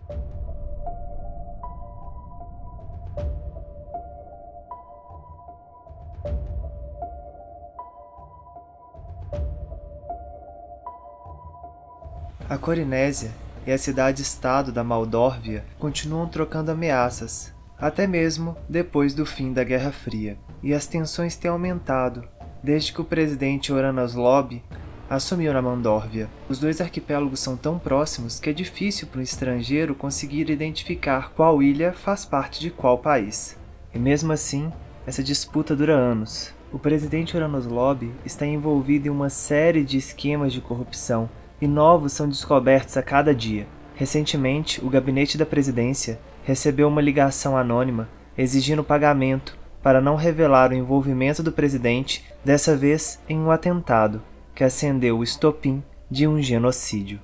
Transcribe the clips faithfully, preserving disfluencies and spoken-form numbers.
A Corinésia e a cidade-estado da Maldórvia continuam trocando ameaças, até mesmo depois do fim da Guerra Fria, e as tensões têm aumentado desde que o presidente Oranas Lobby assumiu na Maldórvia. Os dois arquipélagos são tão próximos que é difícil para um estrangeiro conseguir identificar qual ilha faz parte de qual país. E mesmo assim, essa disputa dura anos. O presidente Oranas Lobby está envolvido em uma série de esquemas de corrupção, e novos são descobertos a cada dia. Recentemente, o gabinete da presidência recebeu uma ligação anônima exigindo pagamento para não revelar o envolvimento do presidente, dessa vez em um atentado que acendeu o estopim de um genocídio.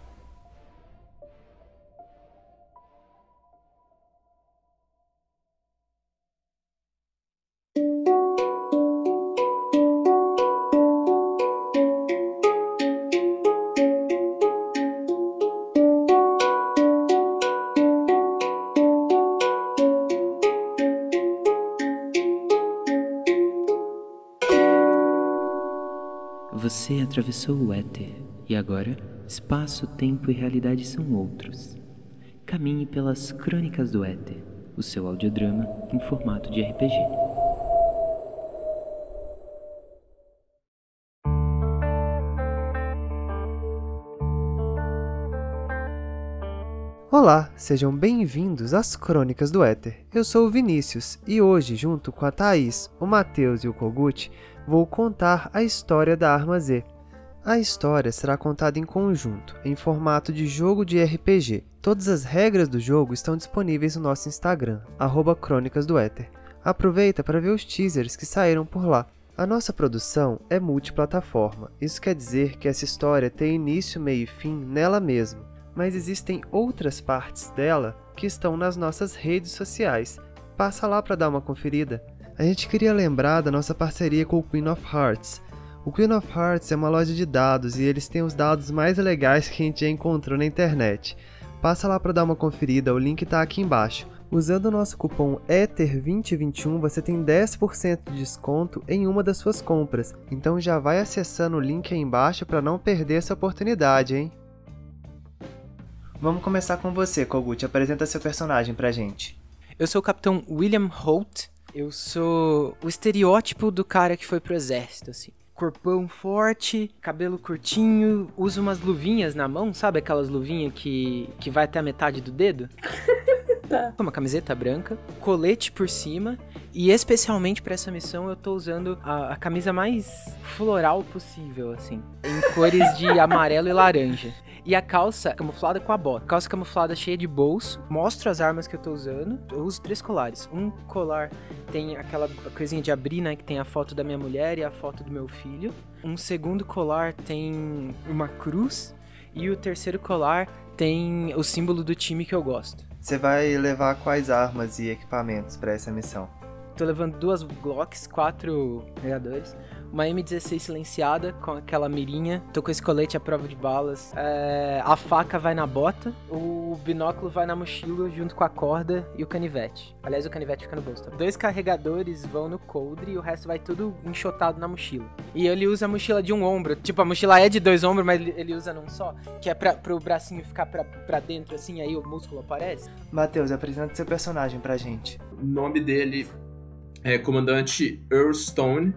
Você atravessou o éter, e agora, espaço, tempo e realidade são outros. Caminhe pelas Crônicas do Éter, o seu audiodrama em formato de R P G. Olá, sejam bem-vindos às Crônicas do Éter. Eu sou o Vinícius e hoje, junto com a Thaís, o Matheus e o Kogut, vou contar a história da Arma Z. A história será contada em conjunto, em formato de jogo de R P G. Todas as regras do jogo estão disponíveis no nosso Instagram, arroba Crônicas do Éter. Aproveita para ver os teasers que saíram por lá. A nossa produção é multiplataforma. Isso quer dizer que essa história tem início, meio e fim nela mesma. Mas existem outras partes dela que estão nas nossas redes sociais. Passa lá para dar uma conferida. A gente queria lembrar da nossa parceria com o Queen of Hearts. O Queen of Hearts é uma loja de dados e eles têm os dados mais legais que a gente já encontrou na internet. Passa lá para dar uma conferida, o link está aqui embaixo. Usando o nosso cupom E T E R vinte vinte e um, você tem dez por cento de desconto em uma das suas compras. Então já vai acessando o link aí embaixo para não perder essa oportunidade, hein? Vamos começar com você, Kogut. Apresenta seu personagem pra gente. Eu sou o Capitão William Holt. Eu sou o estereótipo do cara que foi pro exército, assim. Corpão forte, cabelo curtinho, usa umas luvinhas na mão, sabe aquelas luvinhas que, que vai até a metade do dedo? Tá. Uma camiseta branca, colete por cima, e especialmente pra essa missão eu tô usando a, a camisa mais floral possível, assim, em cores de amarelo e laranja. E a calça camuflada com a bota. Calça camuflada cheia de bolso. Mostro as armas que eu tô usando. Eu uso três colares. Um colar tem aquela coisinha de abrir, né? Que tem a foto da minha mulher e a foto do meu filho. Um segundo colar tem uma cruz. E o terceiro colar tem o símbolo do time que eu gosto. Você vai levar quais armas e equipamentos para essa missão? Tô levando duas Glocks, quatro pegadores, uma M dezesseis silenciada com aquela mirinha, tô com esse colete à prova de balas, é, a faca vai na bota, o binóculo vai na mochila junto com a corda e o canivete. Aliás, o canivete fica no bolso. Tá? Dois carregadores vão no coldre e o resto vai tudo enxotado na mochila. E ele usa a mochila de um ombro, tipo, a mochila é de dois ombros, mas ele usa num só, que é pra, pro bracinho ficar pra, pra dentro assim, aí o músculo aparece. Matheus, apresenta seu personagem pra gente. O nome dele é Comandante Earl Stone.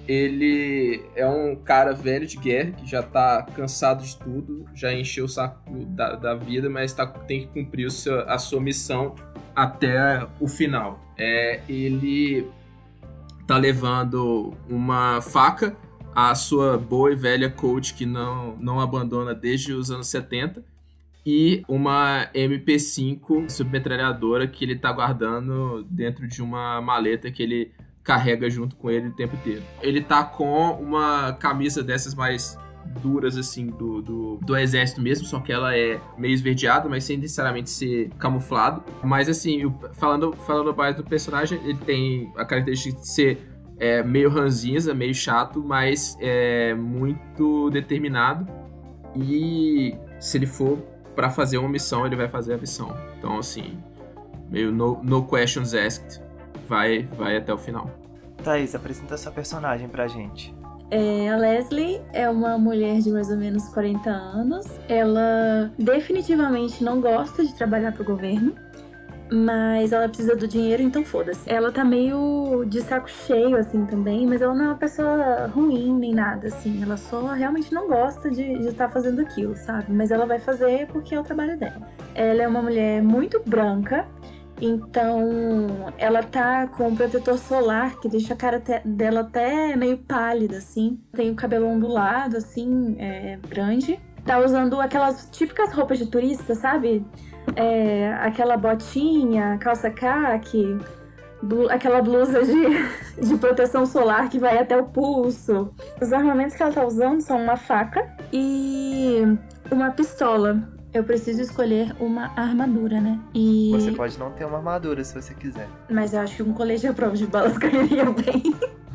Ele é um cara velho de guerra que já tá cansado de tudo, já encheu o saco da, da vida, mas tá, tem que cumprir o seu, a sua missão até o final. É, ele tá levando uma faca, a sua boa e velha Colt que não, não abandona desde os anos setenta, e uma M P cinco submetralhadora que ele tá guardando dentro de uma maleta que ele carrega junto com ele o tempo inteiro. Ele tá com uma camisa dessas mais duras, assim, do, do, do exército mesmo, só que ela é meio esverdeada, mas sem necessariamente ser camuflado. Mas, assim, eu, falando, falando mais do personagem, ele tem a característica de ser é, meio ranzinza, meio chato, mas é muito determinado. E se ele for pra fazer uma missão, ele vai fazer a missão. Então, assim, meio no, no questions asked, vai, vai até o final. Thaís, apresenta sua personagem pra gente. É, a Leslie é uma mulher de mais ou menos quarenta anos. Ela definitivamente não gosta de trabalhar pro governo, mas ela precisa do dinheiro, então foda-se. Ela tá meio de saco cheio, assim, também, mas ela não é uma pessoa ruim nem nada, assim. Ela só realmente não gosta de estar fazendo aquilo, sabe? Mas ela vai fazer porque é o trabalho dela. Ela é uma mulher muito branca, então ela tá com um protetor solar que deixa a cara até- dela até meio pálida, assim. Tem o cabelo ondulado, assim, é, grande. Tá usando aquelas típicas roupas de turista, sabe? É, aquela botinha, calça caqui, blu- aquela blusa de, de proteção solar que vai até o pulso. Os armamentos que ela tá usando são uma faca e uma pistola. Eu preciso escolher uma armadura, né? E... Você pode não ter uma armadura se você quiser. Mas eu acho que um colete à prova de balas cairia bem.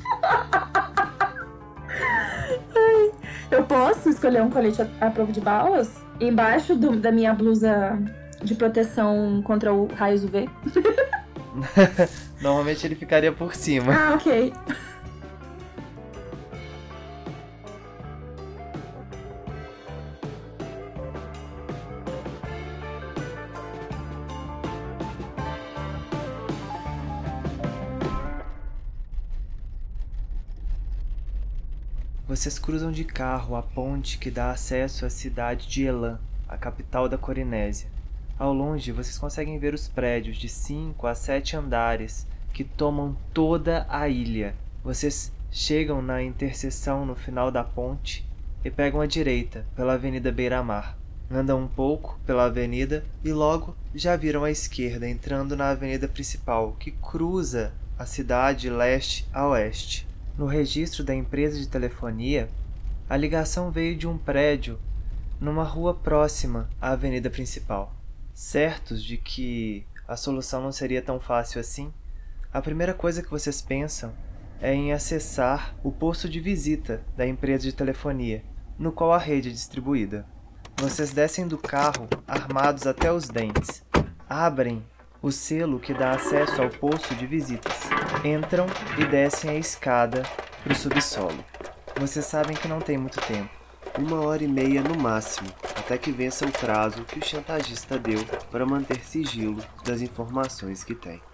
Ai, eu posso escolher um colete à à prova de balas? Embaixo do- da minha blusa de proteção contra o raios U V? Normalmente ele ficaria por cima. Ah, ok. Vocês cruzam de carro a ponte que dá acesso à cidade de Elan, a capital da Corinésia. Ao longe, vocês conseguem ver os prédios de cinco a sete andares que tomam toda a ilha. Vocês chegam na interseção no final da ponte e pegam a direita pela Avenida Beira-Mar. Andam um pouco pela avenida e logo já viram à esquerda, entrando na avenida principal, que cruza a cidade leste a oeste. No registro da empresa de telefonia, a ligação veio de um prédio numa rua próxima à avenida principal. Certos de que a solução não seria tão fácil assim, a primeira coisa que vocês pensam é em acessar o posto de visita da empresa de telefonia, no qual a rede é distribuída. Vocês descem do carro armados até os dentes, abrem o selo que dá acesso ao posto de visitas, entram e descem a escada para o subsolo. Vocês sabem que não tem muito tempo. Uma hora e meia no máximo, até que vença o prazo que o chantagista deu para manter sigilo das informações que tem.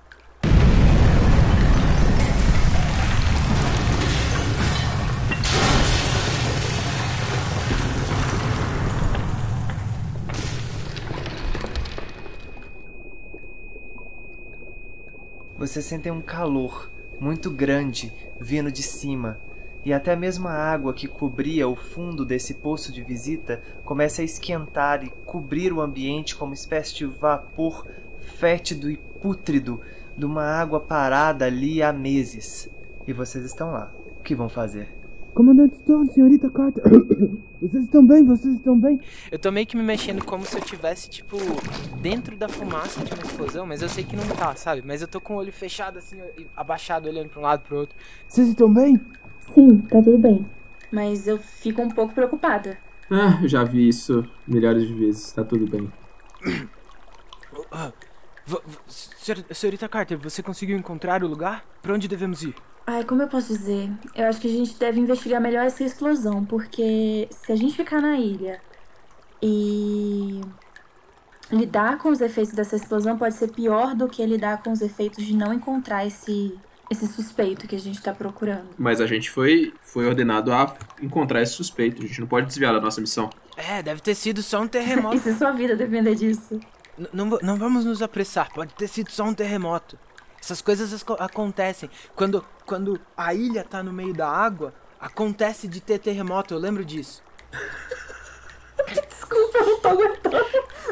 Vocês sentem um calor muito grande vindo de cima, e até mesmo a água que cobria o fundo desse poço de visita começa a esquentar e cobrir o ambiente como uma espécie de vapor fétido e pútrido de uma água parada ali há meses. E vocês estão lá. O que vão fazer? Comandante Stone, senhorita Carter. Vocês estão bem? Vocês estão bem? Eu tô meio que me mexendo como se eu tivesse, tipo, dentro da fumaça de uma explosão, mas eu sei que não tá, sabe? Mas eu tô com o olho fechado, assim, e abaixado, olhando pra um lado e pro outro. Vocês estão bem? Sim, tá tudo bem. Mas eu fico um pouco preocupada. Ah, eu já vi isso milhares de vezes, tá tudo bem. Ah, v- v- senhor- senhorita Carter, você conseguiu encontrar o lugar? Pra onde devemos ir? Ai, como eu posso dizer? Eu acho que a gente deve investigar melhor essa explosão, porque se a gente ficar na ilha e lidar com os efeitos dessa explosão pode ser pior do que lidar com os efeitos de não encontrar esse, esse suspeito que a gente tá procurando. Mas a gente foi, foi ordenado a encontrar esse suspeito, a gente não pode desviar da nossa missão. É, deve ter sido só um E terremoto. se sua vida depender disso? N- não, v- não vamos nos apressar, pode ter sido só um terremoto. Essas coisas asco- acontecem. Quando, quando a ilha tá no meio da água, acontece de ter terremoto, eu lembro disso. Desculpa, eu não tô aguentando.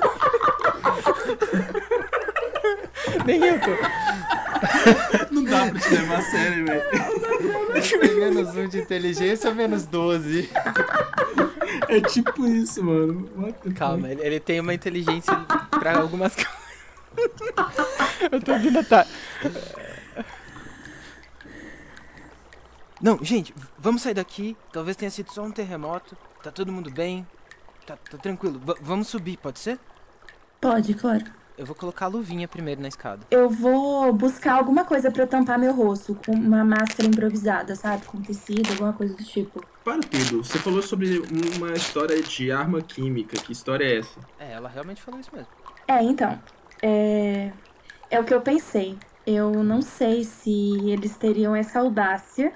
Nem eu tô. Não dá pra te levar a sério, velho. Tem menos um de inteligência ou menos doze? É tipo isso, mano. What the Calma, ele, ele tem uma inteligência pra algumas coisas. Eu tô ouvindo a tá. Não, gente, v- vamos sair daqui. Talvez tenha sido só um terremoto. Tá todo mundo bem. tá, tá tranquilo. V- vamos subir, pode ser? Pode, claro. Eu vou colocar a luvinha primeiro na escada. Eu vou buscar alguma coisa pra tampar meu rosto, com uma máscara improvisada, sabe? Com tecido, alguma coisa do tipo. Para tudo, você falou sobre uma história de arma química. Que história é essa? É, ela realmente falou isso mesmo. É, então, é... é o que eu pensei. Eu não sei se eles teriam essa audácia,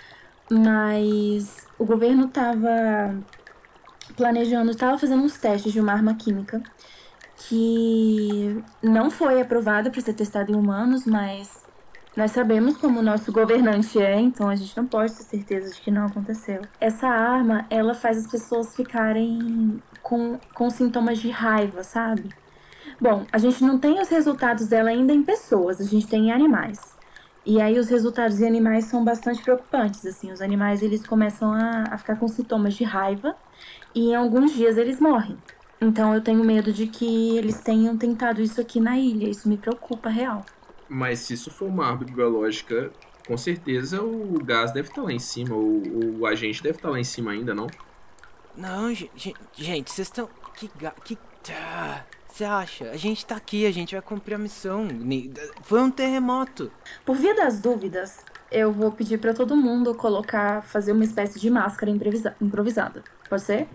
mas o governo tava planejando, tava fazendo uns testes de uma arma química que não foi aprovada para ser testada em humanos, mas nós sabemos como o nosso governante é, então a gente não pode ter certeza de que não aconteceu. Essa arma, ela faz as pessoas ficarem com, com sintomas de raiva, sabe? Bom, a gente não tem os resultados dela ainda em pessoas, a gente tem em animais. E aí os resultados em animais são bastante preocupantes, assim. Os animais, eles começam a, a ficar com sintomas de raiva e em alguns dias eles morrem. Então eu tenho medo de que eles tenham tentado isso aqui na ilha. Isso me preocupa, real. Mas se isso for uma arma biológica, com certeza o gás deve estar lá em cima, o, o agente deve estar lá em cima ainda, não? Não, gente, gente, vocês estão... Que... ga- que... Você acha? A gente tá aqui, a gente vai cumprir a missão. Ni- Foi um terremoto. Por via das dúvidas, eu vou pedir pra todo mundo colocar, fazer uma espécie de máscara improvisa- improvisada. Pode ser?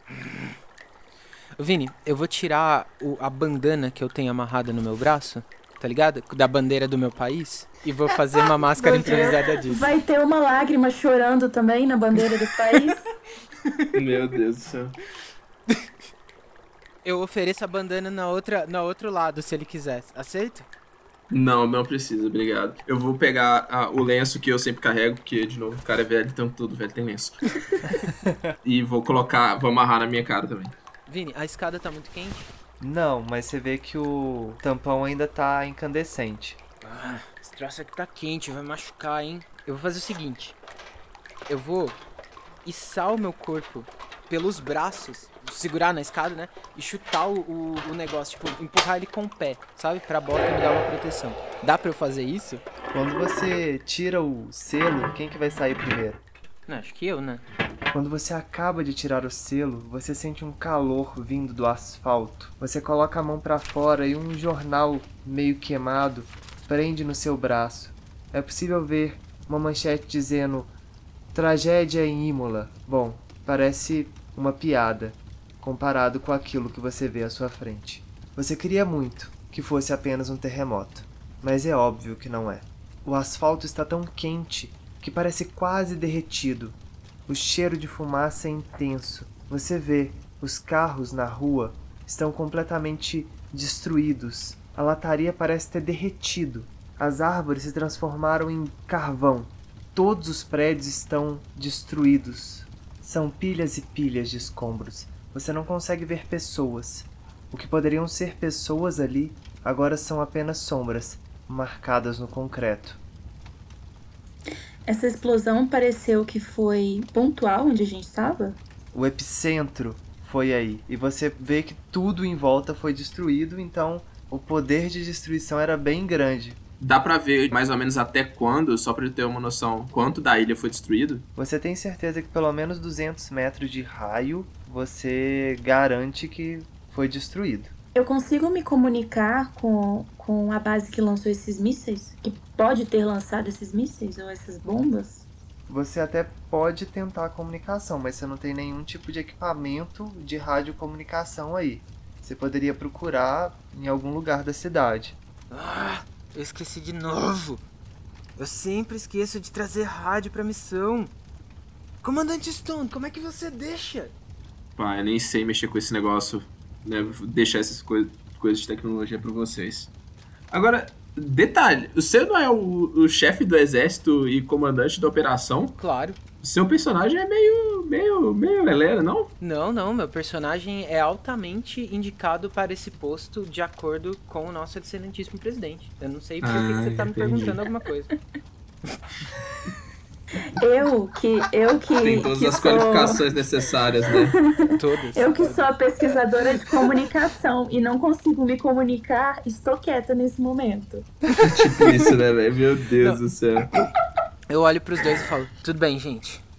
Vini, eu vou tirar o- a bandana que eu tenho amarrada no meu braço, tá ligado? Da bandeira do meu país. E vou fazer uma máscara Meu Deus. improvisada disso. Vai ter uma lágrima chorando também na bandeira do país. Meu Deus do céu. Eu ofereço a bandana na outra, na outro lado, se ele quiser. Aceita? Não, não precisa, obrigado. Eu vou pegar ah, o lenço que eu sempre carrego, porque, de novo, o cara é velho, então tudo velho tem lenço. E vou colocar, vou amarrar na minha cara também. Vini, a escada tá muito quente. Não, mas você vê que o tampão ainda tá incandescente. Ah, esse troço aqui tá quente, vai machucar, hein? Eu vou fazer o seguinte. Eu vou içar o meu corpo pelos braços, segurar na escada, né? E chutar o, o, o negócio, tipo, empurrar ele com o pé, sabe? Pra bota me dar uma proteção. Dá pra eu fazer isso? Quando você tira o selo, quem que vai sair primeiro? Não, acho que eu, né? Quando você acaba de tirar o selo, você sente um calor vindo do asfalto. Você coloca a mão pra fora e um jornal meio queimado prende no seu braço. É possível ver uma manchete dizendo Tragédia em Imola. Bom, parece uma piada comparado com aquilo que você vê à sua frente. Você queria muito que fosse apenas um terremoto, mas é óbvio que não é. O asfalto está tão quente que parece quase derretido. O cheiro de fumaça é intenso. Você vê, os carros na rua estão completamente destruídos. A lataria parece ter derretido. As árvores se transformaram em carvão. Todos os prédios estão destruídos. São pilhas e pilhas de escombros. Você não consegue ver pessoas. O que poderiam ser pessoas ali, agora são apenas sombras, marcadas no concreto. Essa explosão pareceu que foi pontual onde a gente estava? O epicentro foi aí. E você vê que tudo em volta foi destruído, então o poder de destruição era bem grande. Dá pra ver mais ou menos até quando, só pra eu ter uma noção, quanto da ilha foi destruído? Você tem certeza que pelo menos duzentos metros de raio você garante que foi destruído. Eu consigo me comunicar com, com a base que lançou esses mísseis? Que pode ter lançado esses mísseis ou essas bombas? Você até pode tentar a comunicação, mas você não tem nenhum tipo de equipamento de radiocomunicação aí. Você poderia procurar em algum lugar da cidade. Ah, eu esqueci de novo. Eu sempre esqueço de trazer rádio pra missão. Comandante Stone, como é que você deixa? Pá, eu nem sei mexer com esse negócio, né? Vou deixar essas coi- coisas de tecnologia pra vocês. Agora, detalhe, você não é o, o chefe do exército e comandante da operação? Claro. Seu personagem é meio, meio, meio Helena, não? Não, não, meu personagem é altamente indicado para esse posto de acordo com o nosso excelentíssimo presidente. Eu não sei por que que Ah, você tá me entendi. perguntando alguma coisa. Eu que. Eu que. Tem todas que as sou, qualificações necessárias, né? Todas. Eu que sou a pesquisadora de comunicação e não consigo me comunicar, estou quieta nesse momento. Tipo isso, né, velho? Meu Deus Não. do céu. Eu olho pros dois e falo, tudo bem, gente.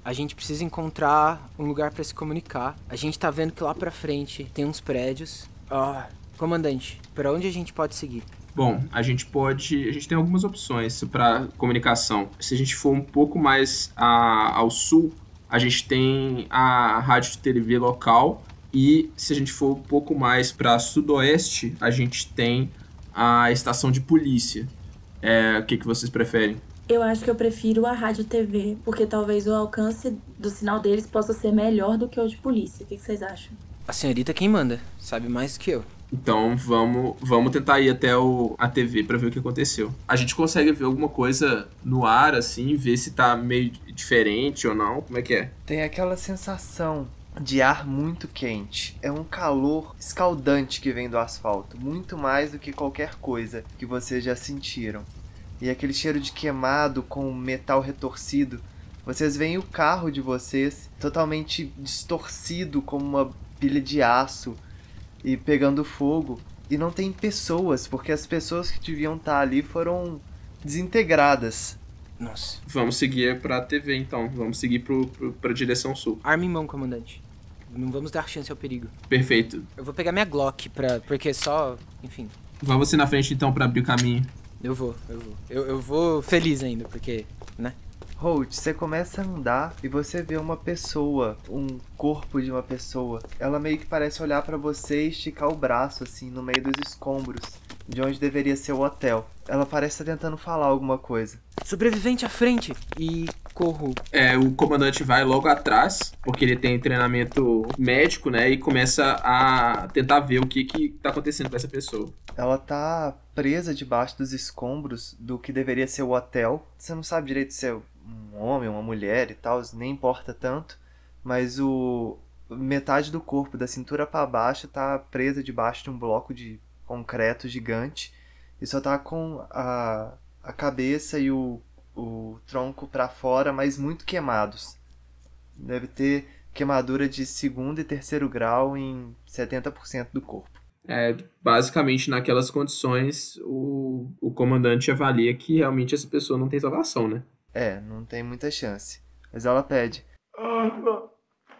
A gente precisa encontrar um lugar pra se comunicar. A gente tá vendo que lá pra frente tem uns prédios. Ah, comandante, pra onde a gente pode seguir? Bom, a gente pode... A gente tem algumas opções para comunicação. Se a gente for um pouco mais a, ao sul, a gente tem a rádio de T V local. E se a gente for um pouco mais para sudoeste, a gente tem a estação de polícia. É, o que, que vocês preferem? Eu acho que eu prefiro a rádio T V, porque talvez o alcance do sinal deles possa ser melhor do que o de polícia. O que vocês acham? A senhorita quem manda, sabe mais do que eu. Então vamos, vamos tentar ir até o, a T V para ver o que aconteceu. A gente consegue ver alguma coisa no ar, assim, ver se tá meio diferente ou não? Como é que é? Tem aquela sensação de ar muito quente. É um calor escaldante que vem do asfalto, muito mais do que qualquer coisa que vocês já sentiram. E aquele cheiro de queimado com metal retorcido. Vocês veem o carro de vocês totalmente distorcido como uma pilha de aço e pegando fogo. E não tem pessoas, porque as pessoas que deviam estar ali foram desintegradas. Nossa. Vamos seguir pra T V então. Vamos seguir pro, pro, pra direção sul. Arma em mão, comandante. Não vamos dar chance ao perigo. Perfeito. Eu vou pegar minha Glock pra... Porque só... Enfim. Vamos você na frente então pra abrir o caminho. Eu vou, eu vou. Eu, eu vou feliz ainda, porque... Né? Holt, você começa a andar e você vê uma pessoa, um corpo de uma pessoa. Ela meio que parece olhar pra você e esticar o braço, assim, no meio dos escombros, de onde deveria ser o hotel. Ela parece estar tentando falar alguma coisa. Sobrevivente à frente! E corro. É, o comandante vai logo atrás, porque ele tem treinamento médico, né? E começa a tentar ver o que que tá acontecendo com essa pessoa. Ela tá presa debaixo dos escombros do que deveria ser o hotel. Você não sabe direito se é um homem, uma mulher e tal, nem importa tanto. Mas o metade do corpo, da cintura pra baixo, tá presa debaixo de um bloco de concreto gigante. E só tá com a, a cabeça e o, o tronco pra fora, mas muito queimados. Deve ter queimadura de segundo e terceiro grau em setenta por cento do corpo. É, basicamente, naquelas condições, o, o comandante avalia que realmente essa pessoa não tem salvação, né? É, não tem muita chance. Mas ela pede. Água!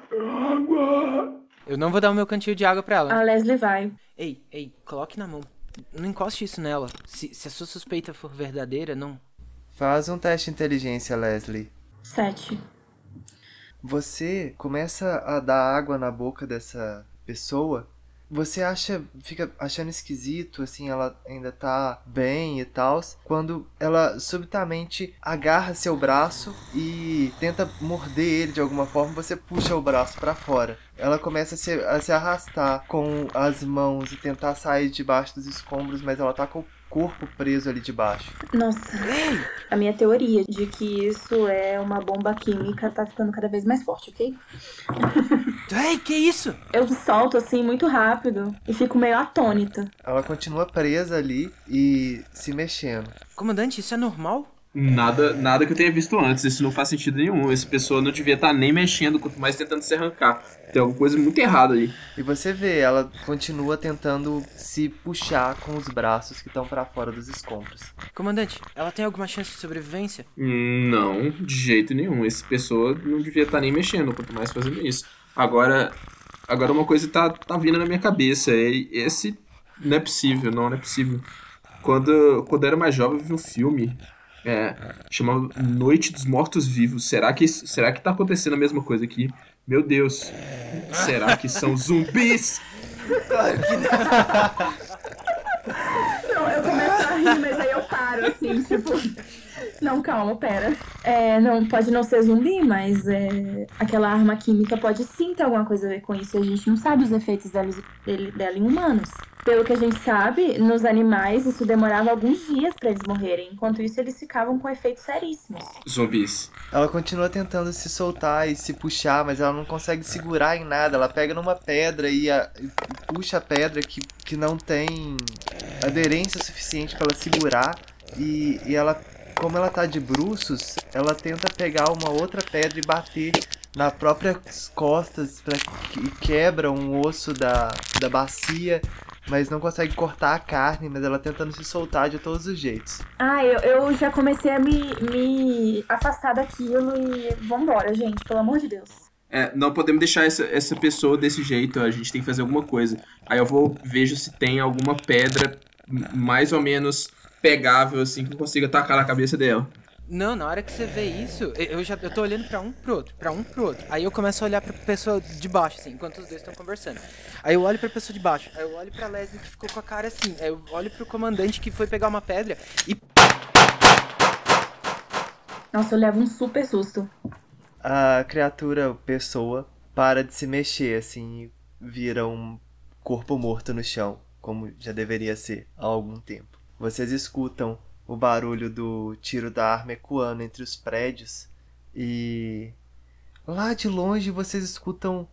Água! Eu não vou dar o meu cantil de água pra ela. A Leslie vai. Ei, ei, coloque na mão. Não encoste isso nela. Se, se a sua suspeita for verdadeira, não... Faz um teste de inteligência, Leslie. Sete. Você começa a dar água na boca dessa pessoa. Você acha, fica achando esquisito, assim, ela ainda tá bem e tal, quando ela subitamente agarra seu braço e tenta morder ele de alguma forma, você puxa o braço pra fora. Ela começa a se, a se arrastar com as mãos e tentar sair debaixo dos escombros, mas ela tá com o corpo preso ali debaixo. Nossa. A minha teoria de que isso é uma bomba química tá ficando cada vez mais forte, ok? Ei, que isso? Eu solto assim muito rápido e fico meio atônita. Ela continua presa ali e se mexendo. Comandante, isso é normal? Nada, nada que eu tenha visto antes. Isso não faz sentido nenhum. Essa pessoa não devia estar nem mexendo, quanto mais tentando se arrancar. Tem alguma coisa muito errada aí. E você vê, ela continua tentando se puxar com os braços que estão pra fora dos escombros. Comandante, ela tem alguma chance de sobrevivência? Não, de jeito nenhum. Essa pessoa não devia estar nem mexendo, quanto mais fazendo isso. Agora, agora uma coisa tá, tá vindo na minha cabeça. É, esse não é possível, não, não é possível. Quando, quando eu era mais jovem, eu vi um filme... É, chama Noite dos Mortos-Vivos. Será que, será que tá acontecendo a mesma coisa aqui? Meu Deus. Será que são zumbis? Não, eu começo a rir, mas aí eu paro, assim, tipo... Não, calma, pera. É, não, pode não ser zumbi, mas é, aquela arma química pode sim ter alguma coisa a ver com isso. A gente não sabe os efeitos dela, dele- dela em humanos. Pelo que a gente sabe, nos animais isso demorava alguns dias pra eles morrerem. Enquanto isso, eles ficavam com efeitos seríssimos. Zumbis. Ela continua tentando se soltar e se puxar, mas ela não consegue segurar em nada. Ela pega numa pedra e, a- e puxa a pedra que, que não tem aderência suficiente pra ela segurar. E, e ela, como ela tá de bruços, ela tenta pegar uma outra pedra e bater nas próprias costas pra que quebra um osso da, da bacia. mas não consegue cortar a carne, mas ela tentando se soltar de todos os jeitos. Ah, eu, eu já comecei a me, me afastar daquilo e vambora, gente, pelo amor de Deus. É, não podemos deixar essa, essa pessoa desse jeito, a gente tem que fazer alguma coisa. Aí eu vou, vejo se tem alguma pedra mais ou menos pegável, assim, que eu consiga tacar na cabeça dela. Não, na hora que você vê isso, eu já eu tô olhando pra um pro outro, pra um pro outro. Aí eu começo a olhar pra pessoa de baixo, assim, enquanto os dois estão conversando. Aí eu olho pra pessoa de baixo, aí eu olho pra Leslie que ficou com a cara assim, aí eu olho pro comandante que foi pegar uma pedra e... Nossa, eu levo um super susto. A criatura, pessoa, para de se mexer, assim, e vira um corpo morto no chão, como já deveria ser há algum tempo. Vocês escutam o barulho do tiro da arma ecoando entre os prédios e lá de longe vocês escutam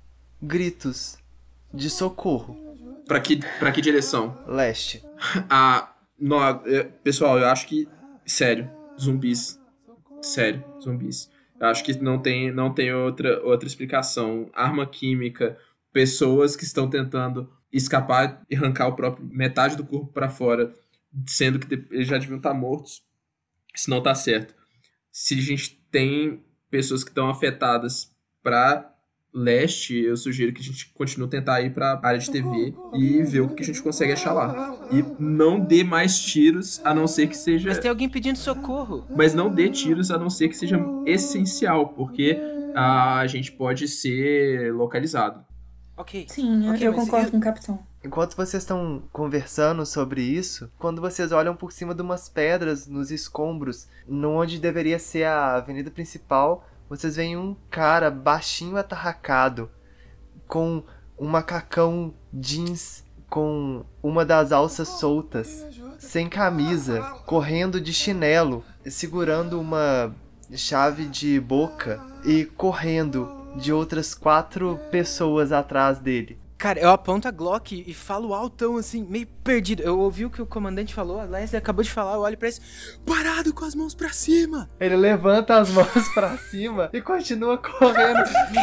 gritos de socorro. Pra que, pra que direção? Leste. Ah, não, é, pessoal, eu acho que... Sério, zumbis. Sério, zumbis. Eu acho que não tem, não tem outra, outra explicação. Arma química, pessoas que estão tentando escapar e arrancar o próprio metade do corpo pra fora, sendo que eles já deviam estar mortos. Isso não tá certo. Se a gente tem pessoas que estão afetadas pra leste, eu sugiro que a gente continue a tentar ir pra área de T V e ver o que a gente consegue achar lá. E não dê mais tiros, a não ser que seja... Mas tem alguém pedindo socorro. Mas não dê tiros, a não ser que seja essencial, porque a gente pode ser localizado. Ok. Sim, okay, eu concordo eu... com o capitão. Enquanto vocês estão conversando sobre isso, quando vocês olham por cima de umas pedras nos escombros, onde deveria ser a avenida principal, vocês veem um cara baixinho atarracado, com um macacão jeans, com uma das alças soltas, sem camisa, correndo de chinelo, segurando uma chave de boca e correndo de outras quatro pessoas atrás dele. Cara, eu aponto a Glock e falo altão, assim, meio perdido. Eu ouvi o que o comandante falou, a Leslie acabou de falar, eu olho pra ele, parado com as mãos pra cima. Ele levanta as mãos pra cima e continua correndo.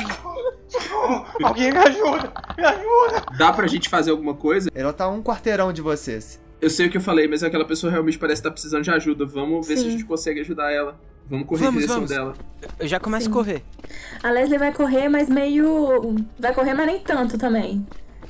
Alguém me ajuda, me ajuda. Dá pra gente fazer alguma coisa? Ele tá a um quarteirão de vocês. Eu sei o que eu falei, mas aquela pessoa realmente parece estar precisando de ajuda. Vamos ver Sim. se a gente consegue ajudar ela. Vamos correr Vamos, em direção vamos. dela. Eu já começo Sim. a correr. A Leslie vai correr, mas meio... Vai correr, mas nem tanto também.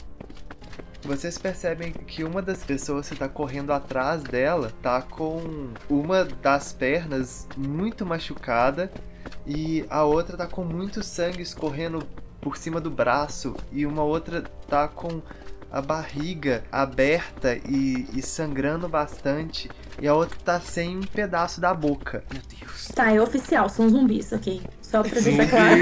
Vocês percebem que uma das pessoas que tá correndo atrás dela tá com uma das pernas muito machucada e a outra tá com muito sangue escorrendo por cima do braço e uma outra tá com a barriga aberta e, e sangrando bastante e a outra tá sem um pedaço da boca. Meu Deus. Tá, é oficial, são zumbis, ok? Só pra deixar claro.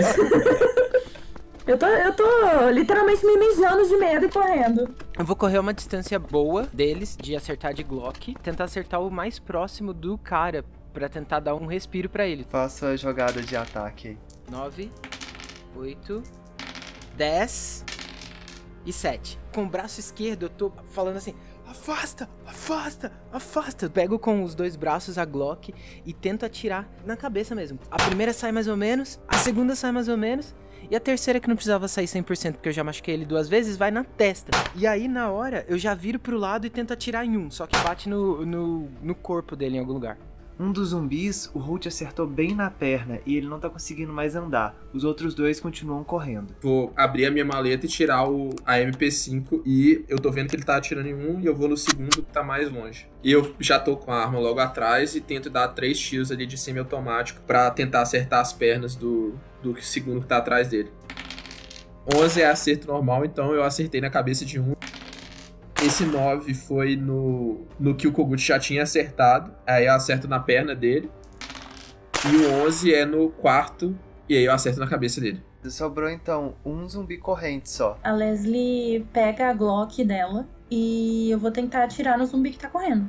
Eu tô, eu tô literalmente me mijando de medo e correndo. Eu vou correr uma distância boa deles, de acertar de Glock, tentar acertar o mais próximo do cara, pra tentar dar um respiro pra ele. Faço a jogada de ataque aí. nove, oito, dez e sete. Com o braço esquerdo eu tô falando assim, afasta, afasta, afasta. Eu pego com os dois braços a Glock e tento atirar na cabeça mesmo. A primeira sai mais ou menos, a segunda sai mais ou menos, e a terceira, que não precisava sair cem por cento porque eu já machuquei ele duas vezes, vai na testa. E aí na hora eu já viro pro lado e tento atirar em um, só que bate no, no, no corpo dele em algum lugar. Um dos zumbis, o Holt acertou bem na perna e ele não tá conseguindo mais andar. Os outros dois continuam correndo. Vou abrir a minha maleta e tirar o, a M P cinco e eu tô vendo que ele tá atirando em um e eu vou no segundo que tá mais longe. E eu já tô com a arma logo atrás e tento dar três tiros ali de semiautomático pra tentar acertar as pernas do, do segundo que tá atrás dele. onze é acerto normal, então eu acertei na cabeça de um. Esse nove foi no, no que o Kogut já tinha acertado. Aí eu acerto na perna dele. E o onze é no quarto. E aí eu acerto na cabeça dele. Sobrou então um zumbi corrente só. A Leslie pega a Glock dela e eu vou tentar atirar no zumbi que tá correndo.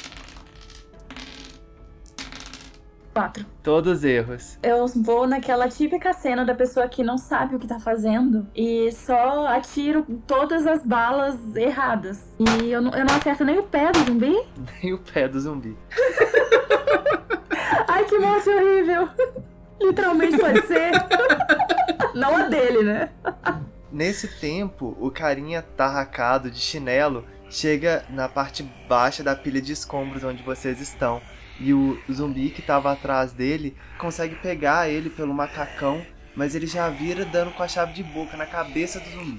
Quatro. Todos erros. Eu vou naquela típica cena da pessoa que não sabe o que tá fazendo e só atiro todas as balas erradas. E eu não, eu não acerto nem o pé do zumbi. Nem o pé do zumbi. Ai, que morte horrível. Literalmente pode ser. Não a dele, né? Nesse tempo, o carinha tarracado de chinelo chega na parte baixa da pilha de escombros onde vocês estão. E o zumbi que estava atrás dele consegue pegar ele pelo macacão, mas ele já vira dando com a chave de boca na cabeça do zumbi.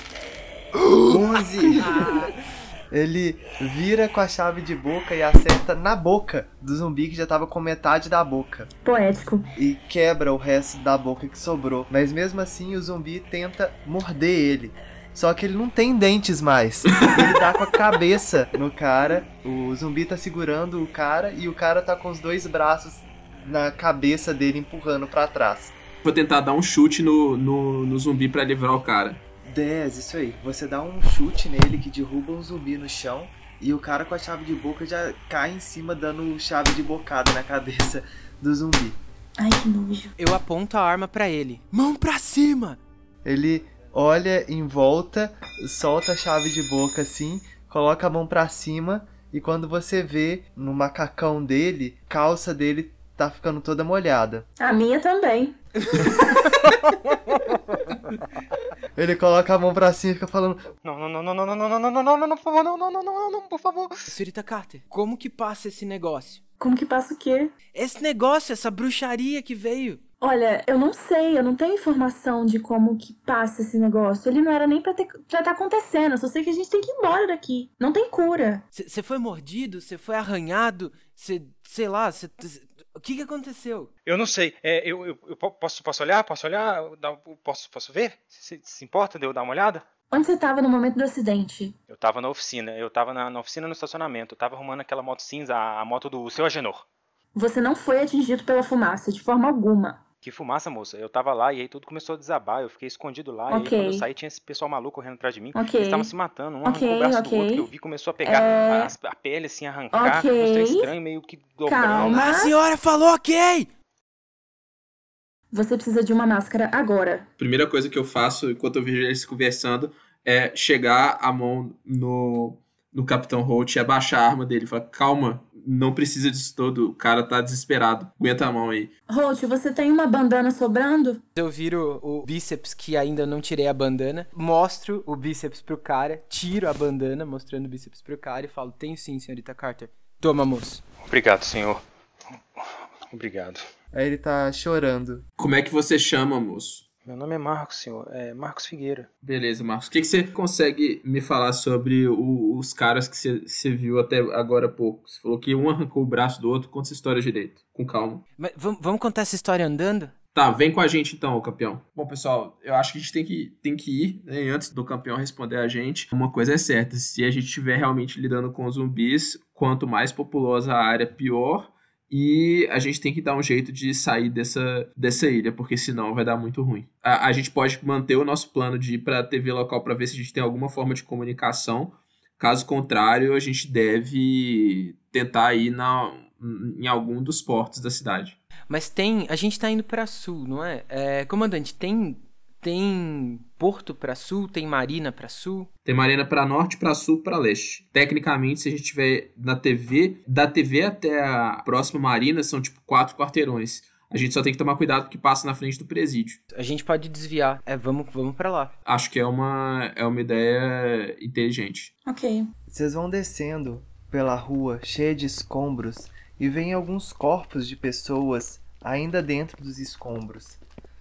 onze! Ele vira com a chave de boca e acerta na boca do zumbi que já tava com metade da boca. Poético. E quebra o resto da boca que sobrou. Mas mesmo assim o zumbi tenta morder ele. Só que ele não tem dentes mais. Ele tá com a cabeça no cara. O zumbi tá segurando o cara e o cara tá com os dois braços na cabeça dele empurrando pra trás. Vou tentar dar um chute no, no, no zumbi pra livrar o cara. dez, isso aí. Você dá um chute nele que derruba um zumbi no chão e o cara com a chave de boca já cai em cima dando chave de bocada na cabeça do zumbi. Ai, que nojo. Eu aponto a arma pra ele. Mão pra cima! Ele olha em volta, solta a chave de boca assim, coloca a mão pra cima e quando você vê no macacão dele, a calça dele tá ficando toda molhada. A minha também. Ele coloca a mão pra cima e fica falando: Não, não, não, não, não, não, não, não, não, não, não, não, por favor, não, não, não, não, não, por favor. Senhorita Carter, como que passa esse negócio? Como que passa o quê? Esse negócio, essa bruxaria que veio. Olha, eu não sei, eu não tenho informação de como que passa esse negócio. Ele não era nem pra, ter, pra tá acontecendo, eu só sei que a gente tem que ir embora daqui. Não tem cura. Você foi mordido? Você foi arranhado? Você, sei lá, você... O que que aconteceu? Eu não sei, é, eu, eu, eu posso, posso olhar? Posso olhar? Dar- Posso, posso ver? Se, se importa de eu dar uma olhada? Onde você tava no momento do acidente? Eu tava na oficina, eu tava na, na oficina no estacionamento, eu tava arrumando aquela moto cinza, a, a moto do seu Agenor. Você não foi atingido pela fumaça, de forma alguma. Que fumaça, moça. Eu tava lá e aí tudo começou a desabar, eu fiquei escondido lá, e aí Ok. quando eu saí tinha esse pessoal maluco correndo atrás de mim. Ok. Eles estavam se matando, um Ok, arrancou o braço ok. do outro, que eu vi, começou a pegar É. a, a pele assim, arrancar, Ok. um trem estranho, meio que dobrando. Calma. A senhora falou ok! Você precisa de uma máscara agora. Primeira coisa que eu faço enquanto eu vejo eles conversando é chegar a mão no, no Capitão Holt e abaixar a arma dele. Falar, calma, não precisa disso todo, o cara tá desesperado. Aguenta a mão aí. Holt, você tem uma bandana sobrando? Eu viro o bíceps, que ainda não tirei a bandana, mostro o bíceps pro cara, tiro a bandana, mostrando o bíceps pro cara e falo, tenho sim, senhorita Carter. Toma, moço. Obrigado, senhor. Obrigado. Aí ele tá chorando. Como é que você chama, moço? Meu nome é Marcos, senhor. É Marcos Figueira. Beleza, Marcos. O que, que você consegue me falar sobre o- os caras que você, você viu até agora há pouco? Você falou que um arrancou o braço do outro. Conta essa história direito, com calma. Mas vamos vamos contar essa história andando? Tá, vem com a gente então, campeão. Bom, pessoal, eu acho que a gente tem que, tem que ir, né? E antes do campeão responder a gente, uma coisa é certa, se a gente estiver realmente lidando com zumbis, quanto mais populosa a área, pior. E a gente tem que dar um jeito de sair dessa, dessa ilha, porque senão vai dar muito ruim. A, a gente pode manter o nosso plano de ir pra T V local pra ver se a gente tem alguma forma de comunicação. Caso contrário, a gente deve tentar ir na, em algum dos portos da cidade. Mas tem... A gente tá indo pra sul, não é? É, comandante, tem... Tem porto pra sul, tem marina pra sul. Tem marina pra norte, pra sul, pra leste. Tecnicamente, se a gente estiver na T V, da T V até a próxima marina são tipo quatro quarteirões. A gente só tem que tomar cuidado porque passa na frente do presídio. A gente pode desviar. É, vamos, vamos pra lá. Acho que é uma, é uma ideia inteligente. Ok. Vocês vão descendo pela rua cheia de escombros e veem alguns corpos de pessoas ainda dentro dos escombros.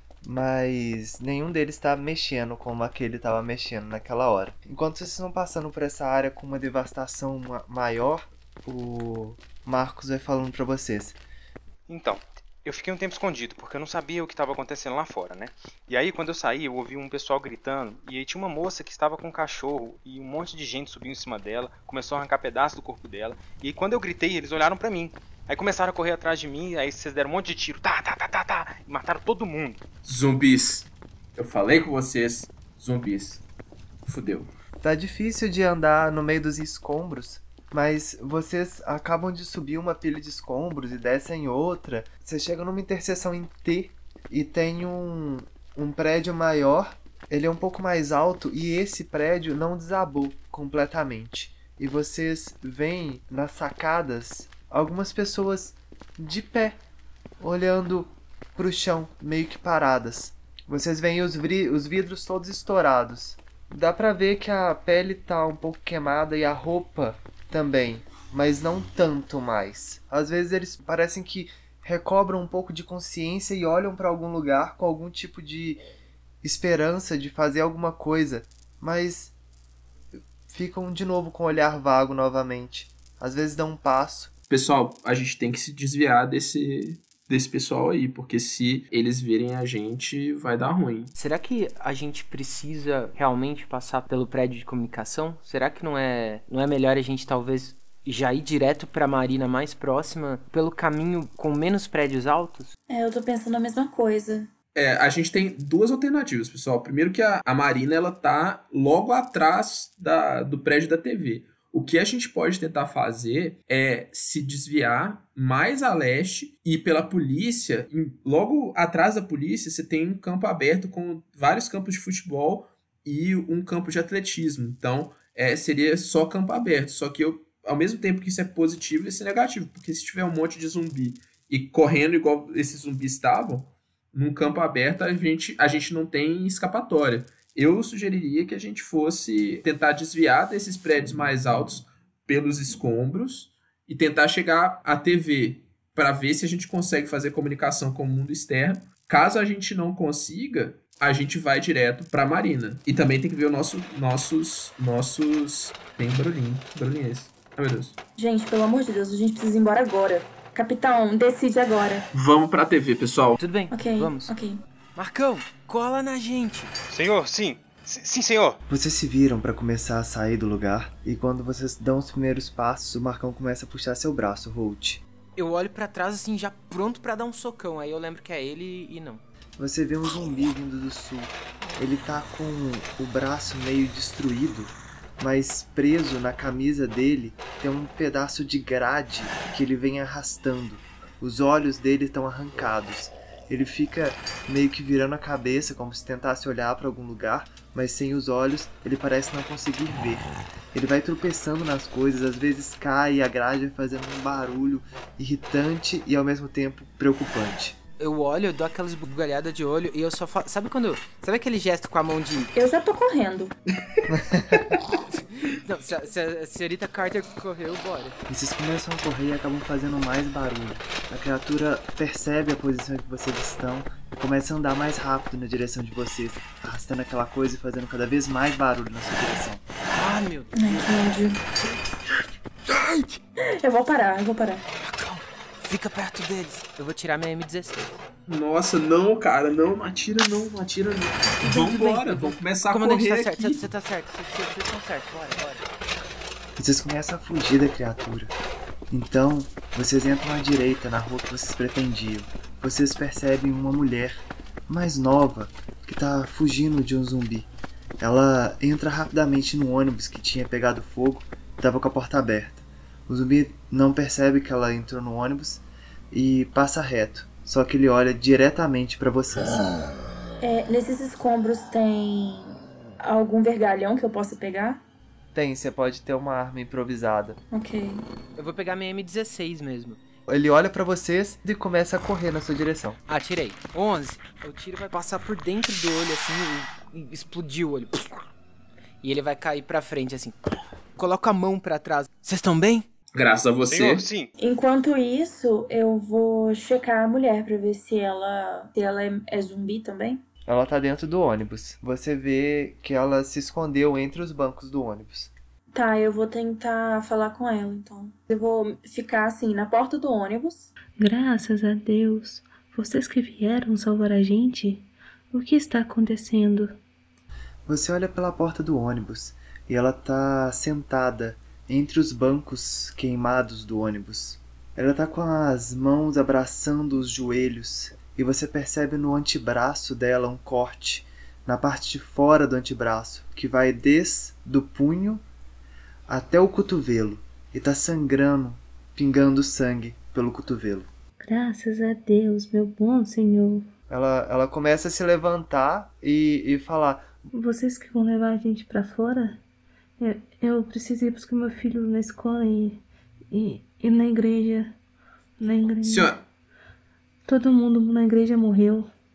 Mas nenhum deles está mexendo como aquele estava mexendo naquela hora. Enquanto vocês estão passando por essa área com uma devastação ma- maior, o Marcos vai falando para vocês. Então, eu fiquei um tempo escondido, porque eu não sabia o que estava acontecendo lá fora, né? E aí, quando eu saí, eu ouvi um pessoal gritando, e aí tinha uma moça que estava com um cachorro, e um monte de gente subiu em cima dela, começou a arrancar pedaços do corpo dela, e aí, quando eu gritei, eles olharam pra mim. Aí começaram a correr atrás de mim, aí vocês deram um monte de tiro, tá, tá, tá, tá, tá, e mataram todo mundo. Zumbis. Eu falei com vocês, zumbis. Fudeu. Tá difícil de andar no meio dos escombros, mas vocês acabam de subir uma pilha de escombros e descem outra. Vocês chegam numa interseção em T e tem um, um prédio maior, ele é um pouco mais alto e esse prédio não desabou completamente. E vocês veem nas sacadas algumas pessoas de pé, olhando pro chão, meio que paradas. Vocês veem os, vri- os vidros todos estourados. Dá pra ver que a pele tá um pouco queimada e a roupa também, mas não tanto mais. Às vezes eles parecem que recobram um pouco de consciência e olham pra algum lugar com algum tipo de esperança de fazer alguma coisa, mas ficam de novo com o olhar vago novamente. Às vezes dão um passo. Pessoal, a gente tem que se desviar desse, desse pessoal aí, porque se eles virem a gente, vai dar ruim. Será que a gente precisa realmente passar pelo prédio de comunicação? Será que não é, não é melhor a gente talvez já ir direto pra marina mais próxima pelo caminho com menos prédios altos? É, eu tô pensando a mesma coisa. É, a gente tem duas alternativas, pessoal. Primeiro que a, a marina, ela tá logo atrás da, do prédio da T V. O que a gente pode tentar fazer é se desviar mais a leste e pela polícia. Em, logo atrás da polícia, você tem um campo aberto com vários campos de futebol e um campo de atletismo. Então, é, seria só campo aberto. Só que eu, ao mesmo tempo que isso é positivo, isso é negativo. Porque se tiver um monte de zumbi e correndo igual esses zumbis estavam, num campo aberto a gente, a gente não tem escapatória. Eu sugeriria que a gente fosse tentar desviar desses prédios mais altos pelos escombros e tentar chegar à T V para ver se a gente consegue fazer comunicação com o mundo externo. Caso a gente não consiga, a gente vai direto para a marina. E também tem que ver os nosso, nossos... nossos... Tem um barulhinho. Que barulhinho é esse? Ai, meu Deus. Gente, pelo amor de Deus, a gente precisa ir embora agora. Capitão, decide agora. Vamos pra T V, pessoal. Tudo bem, Ok, vamos. ok. Marcão, cola na gente. Senhor, sim. S- sim, senhor. Vocês se viram para começar a sair do lugar, e quando vocês dão os primeiros passos, o Marcão começa a puxar seu braço, Holt. Eu olho pra trás assim, já pronto pra dar um socão. Aí eu lembro que é ele e não. Você vê um zumbi vindo do sul. Ele tá com o braço meio destruído, mas preso na camisa dele tem um pedaço de grade que ele vem arrastando. Os olhos dele estão arrancados. Ele fica meio que virando a cabeça como se tentasse olhar para algum lugar, mas sem os olhos ele parece não conseguir ver. Ele vai tropeçando nas coisas, às vezes cai e a grade vai fazendo um barulho irritante e ao mesmo tempo preocupante. Eu olho, eu dou aquelas esbugalhadas de olho e eu só falo... Sabe quando... Sabe aquele gesto com a mão de... Eu já tô correndo. Não, se a, se a senhorita Carter correu, bora. E vocês começam a correr e acabam fazendo mais barulho. A criatura percebe a posição que vocês estão e começa a andar mais rápido na direção de vocês, arrastando aquela coisa e fazendo cada vez mais barulho na sua direção. Ah, meu Deus. Ai, que ódio. Eu vou parar, eu vou parar. Calma, fica perto deles. Eu vou tirar minha M dezesseis. Nossa, não, cara, não, não atira não, não atira não. Vambora, vamos começar a Comandante, correr tá certo, aqui. você tá certo, vocês estão certos, bora, bora. Vocês começam a fugir da criatura. Então, vocês entram à direita na rua que vocês pretendiam. Vocês percebem uma mulher mais nova que tá fugindo de um zumbi. Ela entra rapidamente no ônibus que tinha pegado fogo e estava com a porta aberta. O zumbi não percebe que ela entrou no ônibus e passa reto. Só que ele olha diretamente para vocês. É, nesses escombros tem algum vergalhão que eu possa pegar? Tem, você pode ter uma arma improvisada. Ok. Eu vou pegar minha M dezesseis mesmo. Ele olha pra vocês e começa a correr na sua direção. Ah, tirei. onze. O tiro vai passar por dentro do olho, assim, e, e explodir o olho. E ele vai cair pra frente, assim. Coloca a mão pra trás. Vocês estão bem? Graças a você. Senhor, sim. Enquanto isso, eu vou checar a mulher pra ver se ela, se ela é, é zumbi também. Ela tá dentro do ônibus. Você vê que ela se escondeu entre os bancos do ônibus. Tá, eu vou tentar falar com ela, então. Eu vou ficar, assim, na porta do ônibus. Graças a Deus. Vocês que vieram salvar a gente? O que está acontecendo? Você olha pela porta do ônibus e ela tá sentada entre os bancos queimados do ônibus. Ela tá com as mãos abraçando os joelhos e você percebe no antebraço dela um corte na parte de fora do antebraço que vai desde o punho até o cotovelo e tá sangrando, pingando sangue pelo cotovelo. Graças a Deus, meu bom Senhor. Ela, ela começa a se levantar e, e falar: Vocês que vão levar a gente pra fora? Eu, eu preciso ir buscar meu filho na escola e, e, e na igreja. Na igreja. Senhora, Todo mundo na igreja morreu.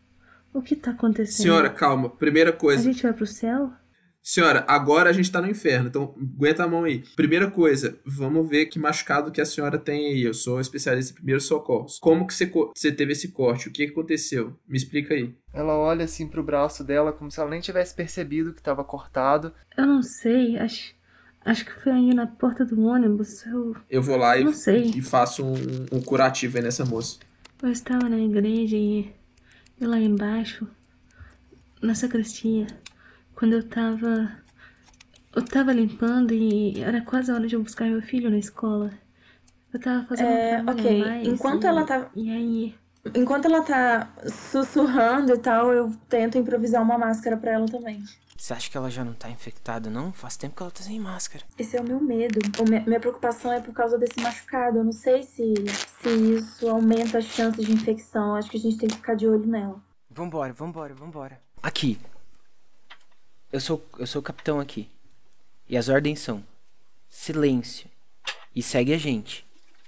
O que tá acontecendo? Senhora, calma. Primeira A coisa. gente vai pro céu? Senhora, agora a gente tá no inferno, então aguenta a mão aí. Primeira coisa, vamos ver que machucado que a senhora tem aí. Eu sou especialista em primeiros socorros. Como que você, co- você teve esse corte? O que que aconteceu? Me explica aí. Ela olha assim pro braço dela como se ela nem tivesse percebido que estava cortado. Eu não sei, acho, acho que foi aí na porta do ônibus. Eu, Eu vou lá e, Não sei. e faço um, um curativo aí nessa moça. eu estava na igreja e, e lá embaixo, na sacristia, quando eu tava. Eu tava limpando e era quase a hora de eu buscar meu filho na escola. Eu tava fazendo É, um trabalho ok. a mais Enquanto e, ela tá- E aí. Enquanto ela tá sussurrando e tal, eu tento improvisar uma máscara pra ela também. Você acha que ela já não tá infectada, não? Faz tempo que ela tá sem máscara. Esse é o meu medo. O me- minha preocupação é por causa desse machucado. Eu não sei se, se isso aumenta as chances de infecção. Acho que a gente tem que ficar de olho nela. Vambora, vambora, vambora. Aqui. Eu sou, eu sou o capitão aqui. E as ordens são: silêncio. E segue a gente.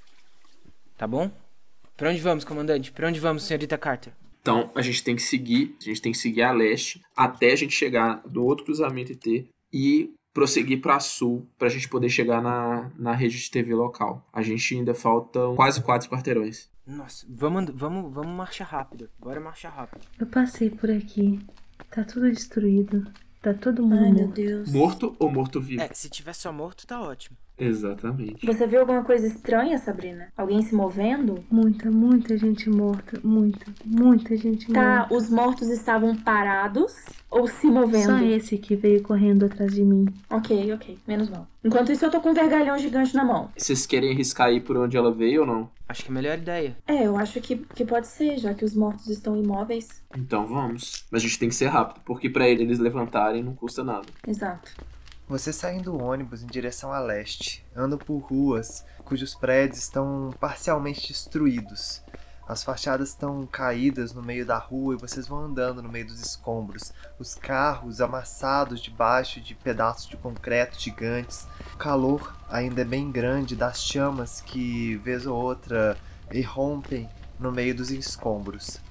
Tá bom? Pra onde vamos, comandante? Pra onde vamos, senhorita Carter? Então, a gente tem que seguir, a gente tem que seguir a leste até a gente chegar do outro cruzamento I T e prosseguir para sul pra gente poder chegar na, na rede de T V local. A gente ainda faltam quase quatro quarteirões. Nossa, vamos, and- vamos, vamos marchar rápido. Bora marchar rápido. Eu passei por aqui. Tá tudo destruído. Tá todo mundo Ai, meu morto. Deus. Morto ou morto-vivo? É, se tiver só morto, tá ótimo. Exatamente. Você viu alguma coisa estranha, Sabrina? Alguém se movendo? Muita, muita gente morta. Muita, muita gente Tá, morta. os mortos estavam parados ou se movendo? Só esse que veio correndo atrás de mim. Ok, ok. Menos mal. Enquanto isso, eu tô com um vergalhão gigante na mão. Vocês querem arriscar aí por onde ela veio ou não? Acho que é a melhor ideia. É, eu acho que, que pode ser, já que os mortos estão imóveis. Então vamos. Mas a gente tem que ser rápido, porque pra eles levantarem não custa nada. Exato. Vocês saem do ônibus em direção a leste, andam por ruas cujos prédios estão parcialmente destruídos. As fachadas estão caídas no meio da rua e vocês vão andando no meio dos escombros. Os carros amassados debaixo de pedaços de concreto gigantes. O calor ainda é bem grande das chamas que, vez ou outra, irrompem no meio dos escombros.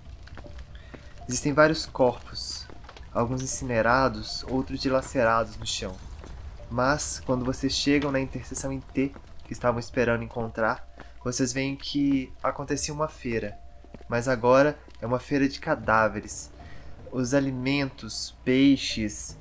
Existem vários corpos, alguns incinerados, outros dilacerados no chão. Mas, quando vocês chegam na interseção em T, que estavam esperando encontrar, vocês veem que acontecia uma feira. Mas agora é uma feira de cadáveres. Os alimentos, peixes,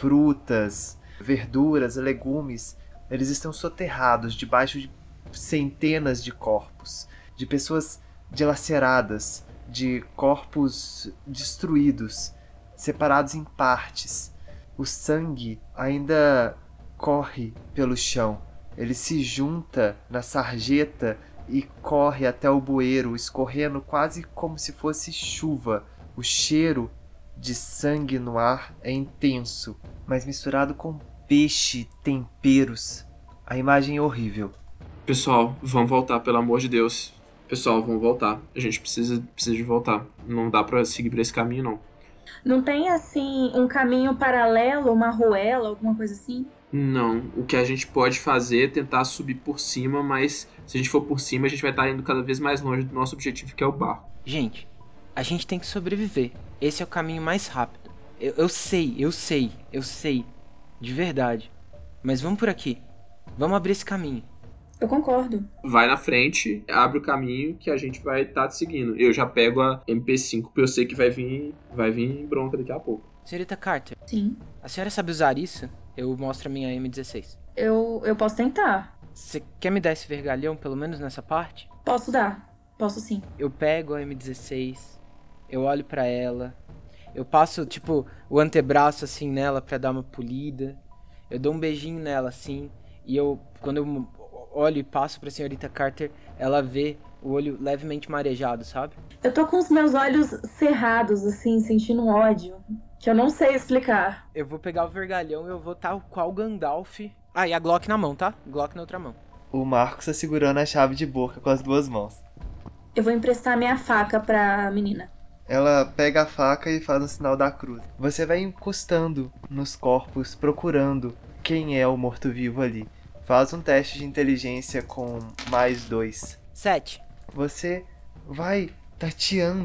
frutas, verduras, legumes, eles estão soterrados debaixo de centenas de corpos, de pessoas dilaceradas, de corpos destruídos, separados em partes. O sangue ainda corre pelo chão. Ele se junta na sarjeta e corre até o bueiro, escorrendo quase como se fosse chuva. O cheiro de sangue no ar é intenso, mas misturado com peixe, temperos. A imagem é horrível. Pessoal, vamos voltar, pelo amor de Deus. Pessoal, vamos voltar. A gente precisa, precisa de voltar. Não dá pra seguir por esse caminho, não. Não tem, assim, um caminho paralelo, uma ruela, alguma coisa assim? Não, o que a gente pode fazer é tentar subir por cima, mas se a gente for por cima, a gente vai estar indo cada vez mais longe do nosso objetivo, que é o barco. Gente, a gente tem que sobreviver. Esse é o caminho mais rápido. Eu, eu sei, eu sei, eu sei. De verdade. Mas vamos por aqui. Vamos abrir esse caminho. Eu concordo. Vai na frente, abre o caminho que a gente vai estar te seguindo. Eu já pego a M P cinco, porque eu sei que vai vir, vai vir bronca daqui a pouco. Senhorita Carter, Sim. a senhora sabe usar isso? Eu mostro a minha M dezesseis. Eu, eu posso tentar. Você quer me dar esse vergalhão, pelo menos nessa parte? Posso dar. Posso sim. Eu pego a M dezesseis, eu olho pra ela, eu passo, tipo, o antebraço assim nela pra dar uma polida. Eu dou um beijinho nela assim, e eu, quando eu olho e passo pra senhorita Carter, ela vê o olho levemente marejado, sabe? Eu tô com os meus olhos cerrados, assim, sentindo um ódio. Que eu não sei explicar. Eu vou pegar o vergalhão e eu vou tal qual Gandalf. Ah, e a Glock na mão, tá? Glock na outra mão. O Marcos tá segurando a chave de boca com as duas mãos. Eu vou emprestar minha faca pra menina. Ela pega a faca e faz um sinal da cruz. Você vai encostando nos corpos, procurando quem é o morto-vivo ali. Faz um teste de inteligência com mais dois. Sete. Você vai tateando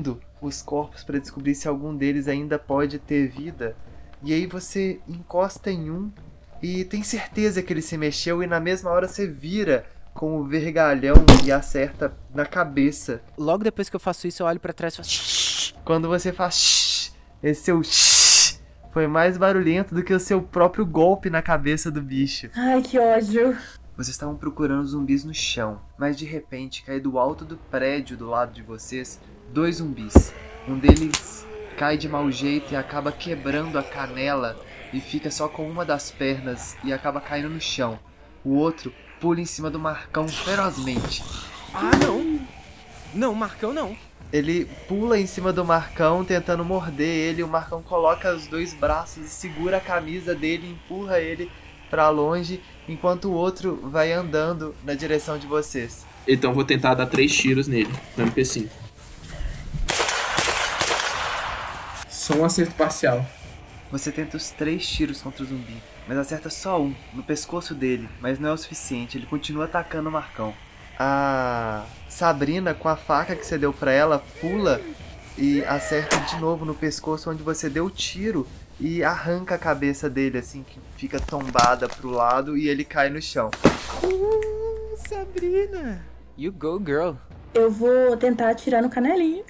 os corpos para descobrir se algum deles ainda pode ter vida. E aí você encosta em um e tem certeza que ele se mexeu, e na mesma hora você vira com o vergalhão e acerta na cabeça. Logo depois que eu faço isso, eu olho pra trás e faço shhh. Quando você faz shhh, esse seu shhh foi mais barulhento do que o seu próprio golpe na cabeça do bicho. Ai, que ódio. Vocês estavam procurando zumbis no chão, mas de repente cai do alto do prédio do lado de vocês dois zumbis. Um deles cai de mau jeito e acaba quebrando a canela e fica só com uma das pernas e acaba caindo no chão. O outro pula em cima do Marcão ferozmente. Ah, não! Não, Marcão não. Ele pula em cima do Marcão tentando morder ele. O Marcão coloca os dois braços e segura a camisa dele, empurra ele pra longe, enquanto o outro vai andando na direção de vocês. Então vou tentar dar três tiros nele, no M P cinco. Só um acerto parcial. Você tenta os três tiros contra o zumbi, mas acerta só um, no pescoço dele, mas não é o suficiente, ele continua atacando o Marcão. A Sabrina, com a faca que você deu pra ela, pula e acerta de novo no pescoço onde você deu o tiro e arranca a cabeça dele, assim, que fica tombada pro lado e ele cai no chão. Uh, Sabrina! You go, girl! Eu vou tentar atirar no canelinho.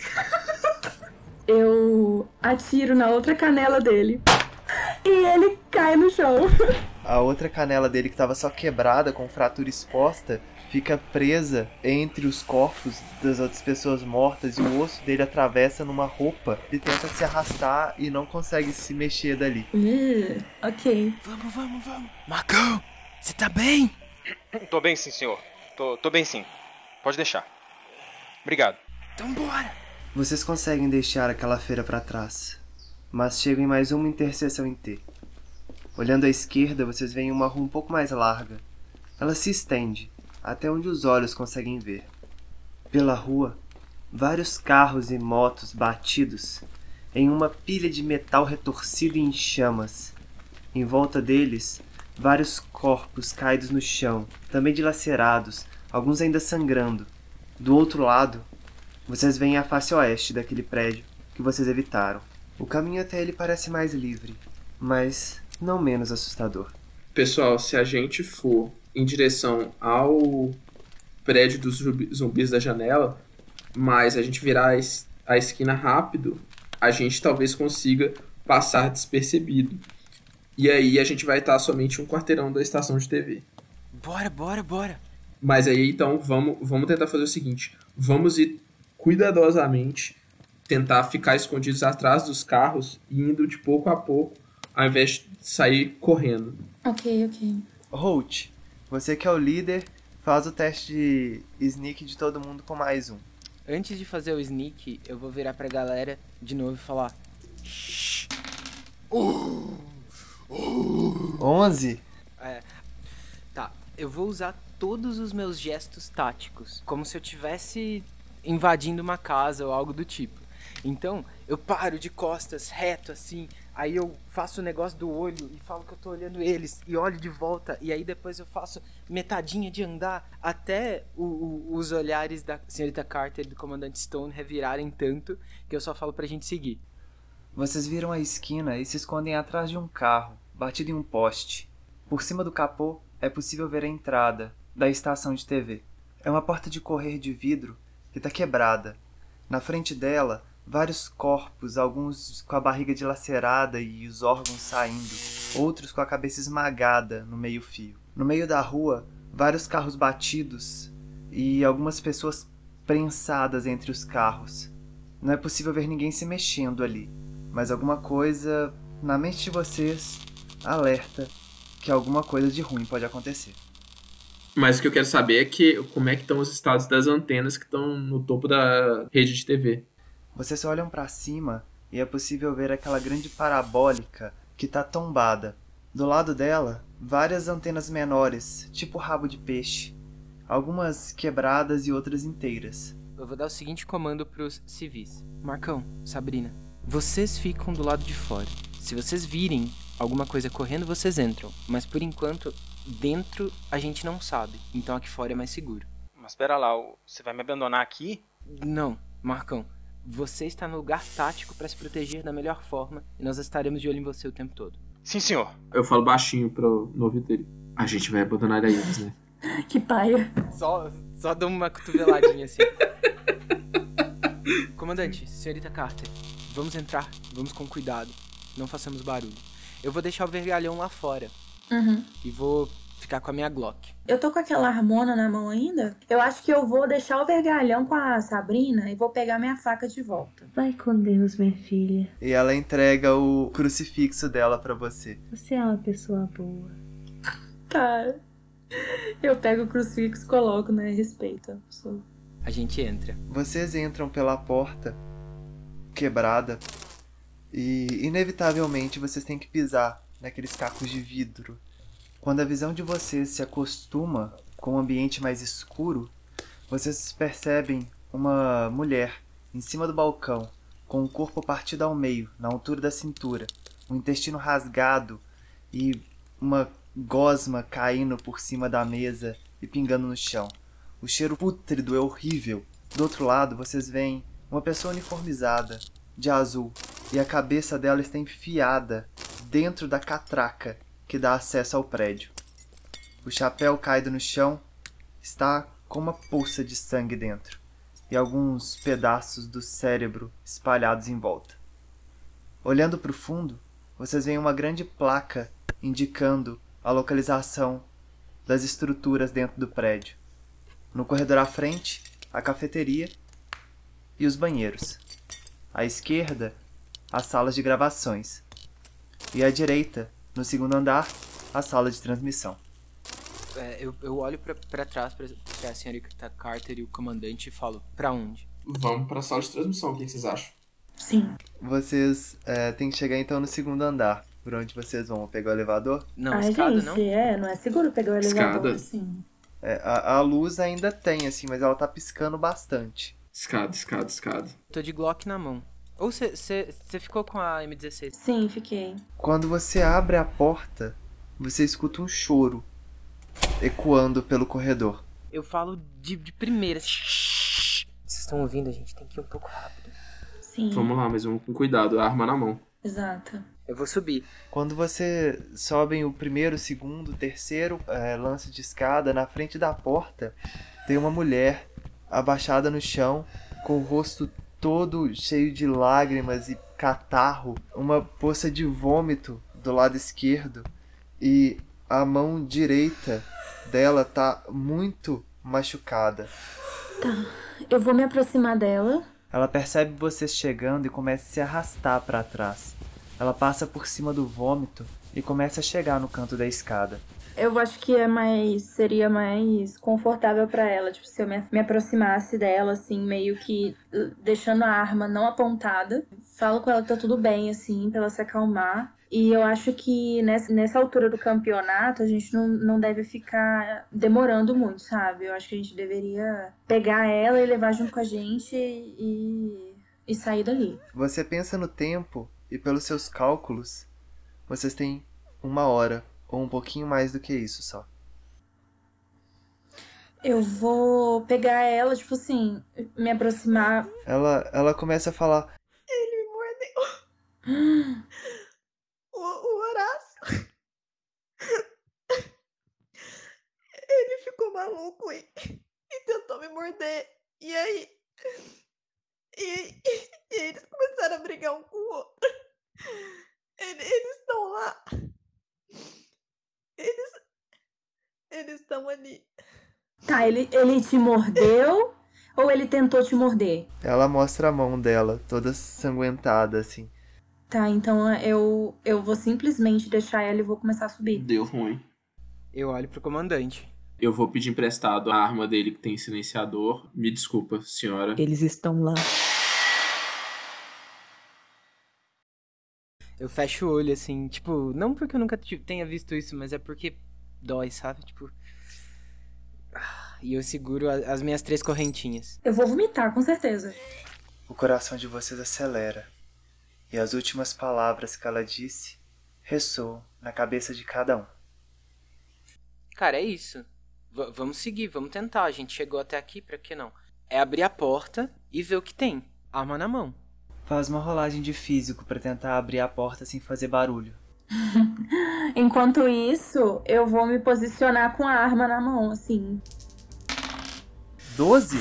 Eu atiro na outra canela dele e ele cai no chão. A outra canela dele, que estava só quebrada, com fratura exposta, fica presa entre os corpos das outras pessoas mortas e o osso dele atravessa numa roupa e tenta se arrastar e não consegue se mexer dali. Uh, ok. Vamos, vamos, vamos. Marcão, você tá bem? Tô bem sim, senhor. Tô, tô bem sim. Pode deixar. Obrigado. Então bora. Vocês conseguem deixar aquela feira para trás, mas chegam em mais uma interseção em T. Olhando à esquerda, vocês veem uma rua um pouco mais larga. Ela se estende até onde os olhos conseguem ver. Pela rua, vários carros e motos batidos em uma pilha de metal retorcido e em chamas. Em volta deles, vários corpos caídos no chão, também dilacerados, alguns ainda sangrando. Do outro lado, vocês veem a face oeste daquele prédio que vocês evitaram. O caminho até ele parece mais livre, mas não menos assustador. Pessoal, se a gente for em direção ao prédio dos zumbis da janela, mas a gente virar a, es- a esquina rápido, a gente talvez consiga passar despercebido. E aí a gente vai estar somente um quarteirão da estação de T V. Bora, bora, bora. Mas aí então vamos, vamos tentar fazer o seguinte. Vamos ir cuidadosamente, tentar ficar escondidos atrás dos carros e indo de pouco a pouco, ao invés de sair correndo. Ok, ok. Holt, você que é o líder, faz o teste de sneak de todo mundo com mais um. Antes de fazer o sneak, eu vou virar pra galera de novo e falar... Uh, uh. onze? É, tá, eu vou usar todos os meus gestos táticos, como se eu tivesse invadindo uma casa ou algo do tipo. Então, eu paro de costas, reto assim, aí eu faço o negócio do olho e falo que eu tô olhando eles e olho de volta, e aí depois eu faço metadinha de andar até o, o, os olhares da senhorita Carter e do comandante Stone revirarem tanto que eu só falo pra gente seguir. Vocês viram a esquina e se escondem atrás de um carro, batido em um poste. Por cima do capô é possível ver a entrada da estação de T V. É uma porta de correr de vidro que está quebrada. Na frente dela, vários corpos, alguns com a barriga dilacerada e os órgãos saindo, outros com a cabeça esmagada no meio-fio. No meio da rua, vários carros batidos e algumas pessoas prensadas entre os carros. Não é possível ver ninguém se mexendo ali, mas alguma coisa na mente de vocês alerta que alguma coisa de ruim pode acontecer. Mas o que eu quero saber é que, como é que estão os estados das antenas que estão no topo da rede de T V. Vocês olham para cima e é possível ver aquela grande parabólica que está tombada. Do lado dela, várias antenas menores, tipo rabo de peixe. Algumas quebradas e outras inteiras. Eu vou dar o seguinte comando pros civis. Marcão, Sabrina, vocês ficam do lado de fora. Se vocês virem alguma coisa correndo, vocês entram. Mas por enquanto, dentro a gente não sabe. Então aqui fora é mais seguro. Mas espera lá, você vai me abandonar aqui? Não, Marcão. Você está no lugar tático para se proteger da melhor forma e nós estaremos de olho em você o tempo todo. Sim, senhor. Eu falo baixinho pro no ouvido dele. A gente vai abandonar eles, né? Que paia. Só, só dou uma cotoveladinha assim. Comandante, senhorita Carter, vamos entrar, vamos com cuidado, não façamos barulho. Eu vou deixar o vergalhão lá fora. Uhum. E vou ficar com a minha Glock. Eu tô com aquela harmona na mão ainda. Eu acho que eu vou deixar o vergalhão com a Sabrina e vou pegar minha faca de volta. Vai com Deus, minha filha. E ela entrega o crucifixo dela pra você. Você é uma pessoa boa. Tá. Eu pego o crucifixo e coloco, né? Respeito a pessoa. A gente entra. Vocês entram pela porta quebrada e, inevitavelmente, vocês têm que pisar naqueles cacos de vidro. Quando a visão de vocês se acostuma com um ambiente mais escuro, vocês percebem uma mulher em cima do balcão, com o corpo partido ao meio, na altura da cintura, um intestino rasgado e uma gosma caindo por cima da mesa e pingando no chão. O cheiro pútrido é horrível. Do outro lado, vocês veem uma pessoa uniformizada, de azul, e a cabeça dela está enfiada dentro da catraca que dá acesso ao prédio. O chapéu caído no chão está com uma poça de sangue dentro, e alguns pedaços do cérebro espalhados em volta. Olhando para o fundo, vocês veem uma grande placa indicando a localização das estruturas dentro do prédio. No corredor à frente, a cafeteria e os banheiros. À esquerda, as salas de gravações. E à direita, no segundo andar, a sala de transmissão. É, eu, eu olho pra, pra trás pra, pra senhorita Carter e o comandante e falo, pra onde? Vamos pra sala de transmissão, o que vocês acham? Sim. Vocês é, têm que chegar então no segundo andar. Por onde vocês vão? Pegar o elevador? Não, Ai, escada gente, não? é, não é seguro pegar o elevador Escada. assim. É, a, a luz ainda tem, assim, mas ela tá piscando bastante. Escada, escada, escada. Tô de Glock na mão. Ou você ficou com a M dezesseis? Sim, fiquei. Quando você abre a porta, você escuta um choro ecoando pelo corredor. Eu falo de, de primeira. Vocês estão ouvindo? A gente tem que ir um pouco rápido. Sim. Vamos lá, mas vamos com cuidado, a arma na mão. Exato. Eu vou subir. Quando você sobe o primeiro, o segundo, o terceiro é, lance de escada, na frente da porta tem uma mulher abaixada no chão, com o rosto todo cheio de lágrimas e catarro, uma poça de vômito do lado esquerdo e a mão direita dela tá muito machucada. Tá. Eu vou me aproximar dela. Ela percebe vocês chegando e começa a se arrastar para trás. Ela passa por cima do vômito e começa a chegar no canto da escada. Eu acho que é mais, seria mais confortável pra ela, tipo, se eu me, me aproximasse dela, assim, meio que uh, deixando a arma não apontada. Falo com ela que tá tudo bem, assim, pra ela se acalmar. E eu acho que nessa, nessa altura do campeonato a gente não, não deve ficar demorando muito, sabe? Eu acho que a gente deveria pegar ela e levar junto com a gente e, e sair dali. Você pensa no tempo e pelos seus cálculos, vocês têm uma hora ou um pouquinho mais do que isso só. Eu vou pegar ela, tipo assim, me aproximar. Ela, ela começa a falar: Ele me mordeu. O, o Horácio. Ele ficou maluco e, e tentou me morder. E aí. E, e, e eles começaram a brigar um com o outro. Eles, eles estão lá. Eles. Eles estão ali. Tá, ele, ele te mordeu ou ele tentou te morder? Ela mostra a mão dela, toda sanguentada, assim. Tá, então eu, eu vou simplesmente deixar ela e vou começar a subir. Deu ruim. Eu olho pro comandante. Eu vou pedir emprestado a arma dele que tem silenciador. Me desculpa, senhora. Eles estão lá. Eu fecho o olho, assim, tipo, não porque eu nunca tenha visto isso, mas é porque dói, sabe? Tipo. E eu seguro as minhas três correntinhas. Eu vou vomitar, com certeza. O coração de vocês acelera. E as últimas palavras que ela disse ressoam na cabeça de cada um. Cara, é isso. V- vamos seguir, vamos tentar. A gente chegou até aqui, pra que não? É abrir a porta e ver o que tem. Arma na mão. Faz uma rolagem de físico pra tentar abrir a porta sem fazer barulho. Enquanto isso, eu vou me posicionar com a arma na mão, assim. doze?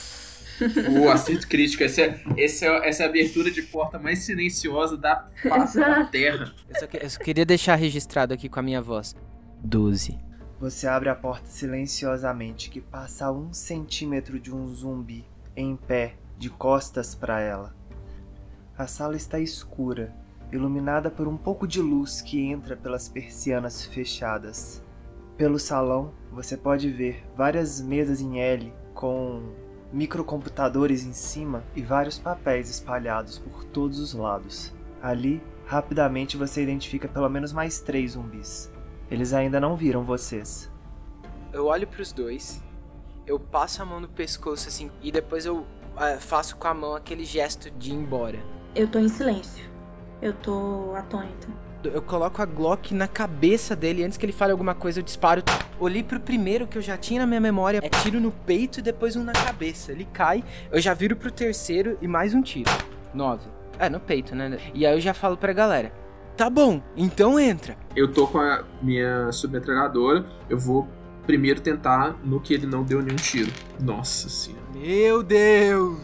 O acerto crítico. Essa é, essa, é, essa é a abertura de porta mais silenciosa da face da Terra. Eu só, que, eu só queria deixar registrado aqui com a minha voz. doze. Você abre a porta silenciosamente, que passa a um centímetro de um zumbi em pé, de costas para ela. A sala está escura, iluminada por um pouco de luz que entra pelas persianas fechadas. Pelo salão, você pode ver várias mesas em L com microcomputadores em cima e vários papéis espalhados por todos os lados. Ali, rapidamente você identifica pelo menos mais três zumbis. Eles ainda não viram vocês. Eu olho pros dois, eu passo a mão no pescoço assim, e depois eu uh, faço com a mão aquele gesto de ir embora. Eu tô em silêncio. Eu tô atônita. Eu coloco a Glock na cabeça dele, antes que ele fale alguma coisa eu disparo. Olhei pro primeiro que eu já tinha na minha memória, é tiro no peito e depois um na cabeça. Ele cai, eu já viro pro terceiro e mais um tiro. Nove. É, no peito, né? E aí eu já falo pra galera. Tá bom, então entra. Eu tô com a minha submetralhadora. Eu vou primeiro tentar no que ele não deu nenhum tiro. Nossa senhora. Meu Deus.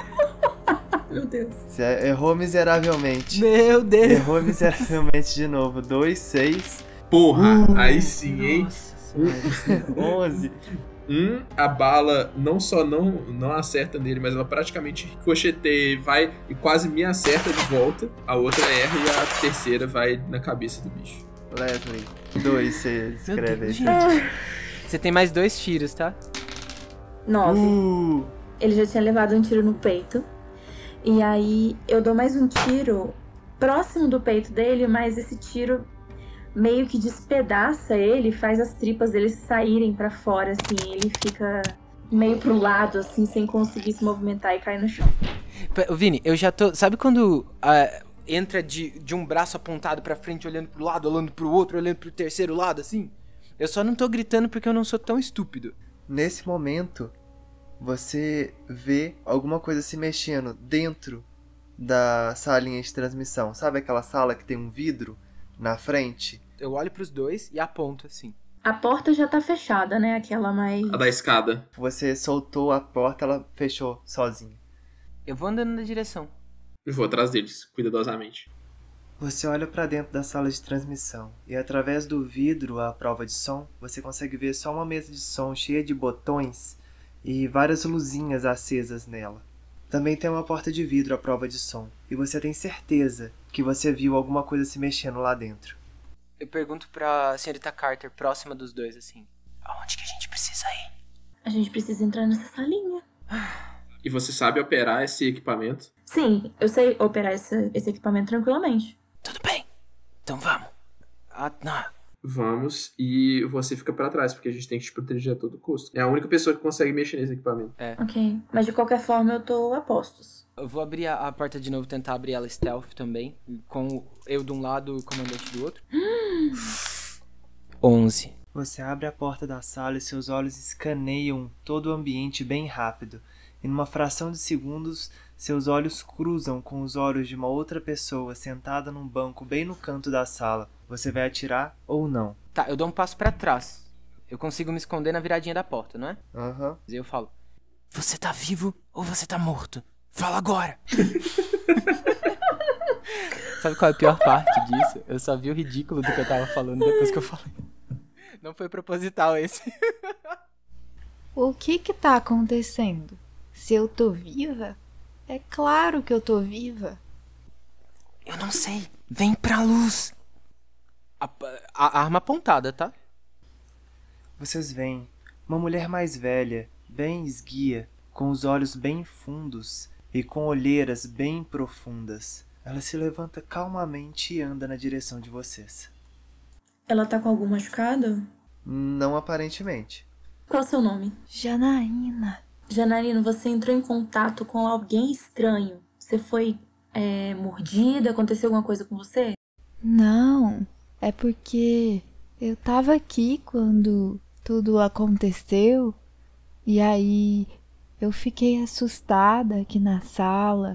Meu Deus. Você errou miseravelmente. Meu Deus. Errou miseravelmente de novo. dois, seis. Porra, uh, aí sim, hein? Nossa onze. Um, a bala não só não, não acerta nele, mas ela praticamente ricocheteia e vai e quase me acerta de volta. A outra erra e a terceira vai na cabeça do bicho. Leslie, dois, você escreve aí. Gente. Você tem mais dois tiros, tá? Nove. Uh. Ele já tinha levado um tiro no peito. E aí eu dou mais um tiro próximo do peito dele, mas esse tiro meio que despedaça ele, faz as tripas dele saírem pra fora, assim. Ele fica meio pro lado, assim, sem conseguir se movimentar e cai no chão. Vini, eu já tô... Sabe quando uh, entra de, de um braço apontado pra frente, olhando pro lado, olhando pro outro, olhando pro terceiro lado, assim? Eu só não tô gritando porque eu não sou tão estúpido. Nesse momento, você vê alguma coisa se mexendo dentro da salinha de transmissão. Sabe aquela sala que tem um vidro na frente? Eu olho pros dois e aponto assim. A porta já tá fechada, né? Aquela mais... A da escada. Você soltou a porta, ela fechou sozinha. Eu vou andando na direção. Eu vou atrás deles, cuidadosamente. Você olha pra dentro da sala de transmissão e através do vidro à prova de som, você consegue ver só uma mesa de som cheia de botões e várias luzinhas acesas nela. Também tem uma porta de vidro à prova de som e você tem certeza que você viu alguma coisa se mexendo lá dentro. Eu pergunto pra senhorita Carter, próxima dos dois, assim. Aonde que a gente precisa ir? A gente precisa entrar nessa salinha. E você sabe operar esse equipamento? Sim, eu sei operar esse, esse equipamento tranquilamente. Tudo bem. Então vamos. Ah, não. Vamos, e você fica pra trás, porque a gente tem que te proteger a todo custo. É a única pessoa que consegue mexer nesse equipamento. É. Ok, mas de qualquer forma eu tô a postos. Eu vou abrir a, a porta de novo, tentar abrir ela stealth também, com eu de um lado e o comandante do outro. onze. Você abre a porta da sala e seus olhos escaneiam todo o ambiente bem rápido. E numa fração de segundos, seus olhos cruzam com os olhos de uma outra pessoa sentada num banco bem no canto da sala. Você vai atirar ou não? Tá, eu dou um passo pra trás. Eu consigo me esconder na viradinha da porta, não é? Aham. Uhum. E eu falo, você tá vivo ou você tá morto? Fala agora! Sabe qual é a pior parte disso? Eu só vi o ridículo do que eu tava falando depois que eu falei. Não foi proposital esse. O que que tá acontecendo? Se eu tô viva? É claro que eu tô viva. Eu não sei. Vem pra luz. A, a, a arma apontada, tá? Vocês veem uma mulher mais velha, bem esguia, com os olhos bem fundos e com olheiras bem profundas. Ela se levanta calmamente e anda na direção de vocês. Ela tá com algum machucado? Não aparentemente. Qual é o seu nome? Janaína. Janaína, você entrou em contato com alguém estranho? Você foi é, mordida? Aconteceu alguma coisa com você? Não, é porque eu tava aqui quando tudo aconteceu e aí eu fiquei assustada aqui na sala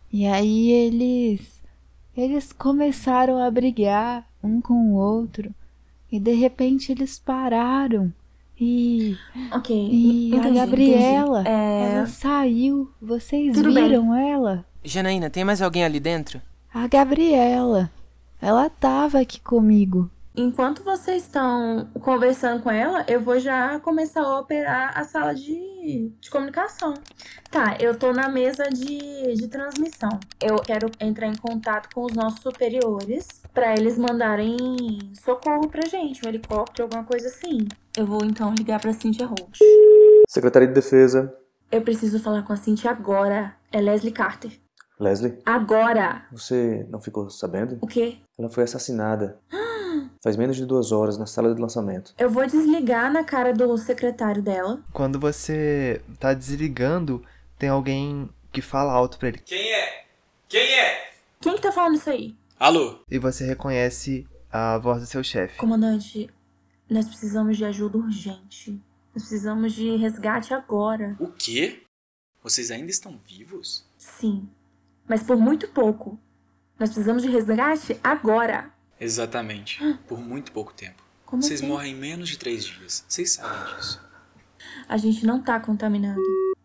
E aí eles. Eles começaram a brigar um com o outro. E de repente eles pararam. E. Ok. E entendi, a Gabriela, entendi. É... ela saiu. Vocês Tudo viram bem. ela? Janaína, tem mais alguém ali dentro? A Gabriela. Ela tava aqui comigo. Enquanto vocês estão conversando com ela, eu vou já começar a operar a sala de, de comunicação. Tá, eu tô na mesa de, de transmissão. Eu quero entrar em contato com os nossos superiores pra eles mandarem socorro pra gente, um helicóptero, alguma coisa assim. Eu vou então ligar pra Cynthia Holt. Secretaria de Defesa. Eu preciso falar com a Cynthia agora. É Leslie Carter. Leslie? Agora! Você não ficou sabendo? O quê? Ela foi assassinada. Faz menos de duas horas na sala de lançamento. Eu vou desligar na cara do secretário dela. Quando você tá desligando, tem alguém que fala alto pra ele. Quem é? Quem é? Quem que tá falando isso aí? Alô? E você reconhece a voz do seu chefe. Comandante, nós precisamos de ajuda urgente. Nós precisamos de resgate agora. O quê? Vocês ainda estão vivos? Sim, mas por muito pouco. Nós precisamos de resgate agora. Exatamente. Por muito pouco tempo. Como Vocês assim? morrem em menos de três dias. Vocês sabem disso. A gente não tá contaminado.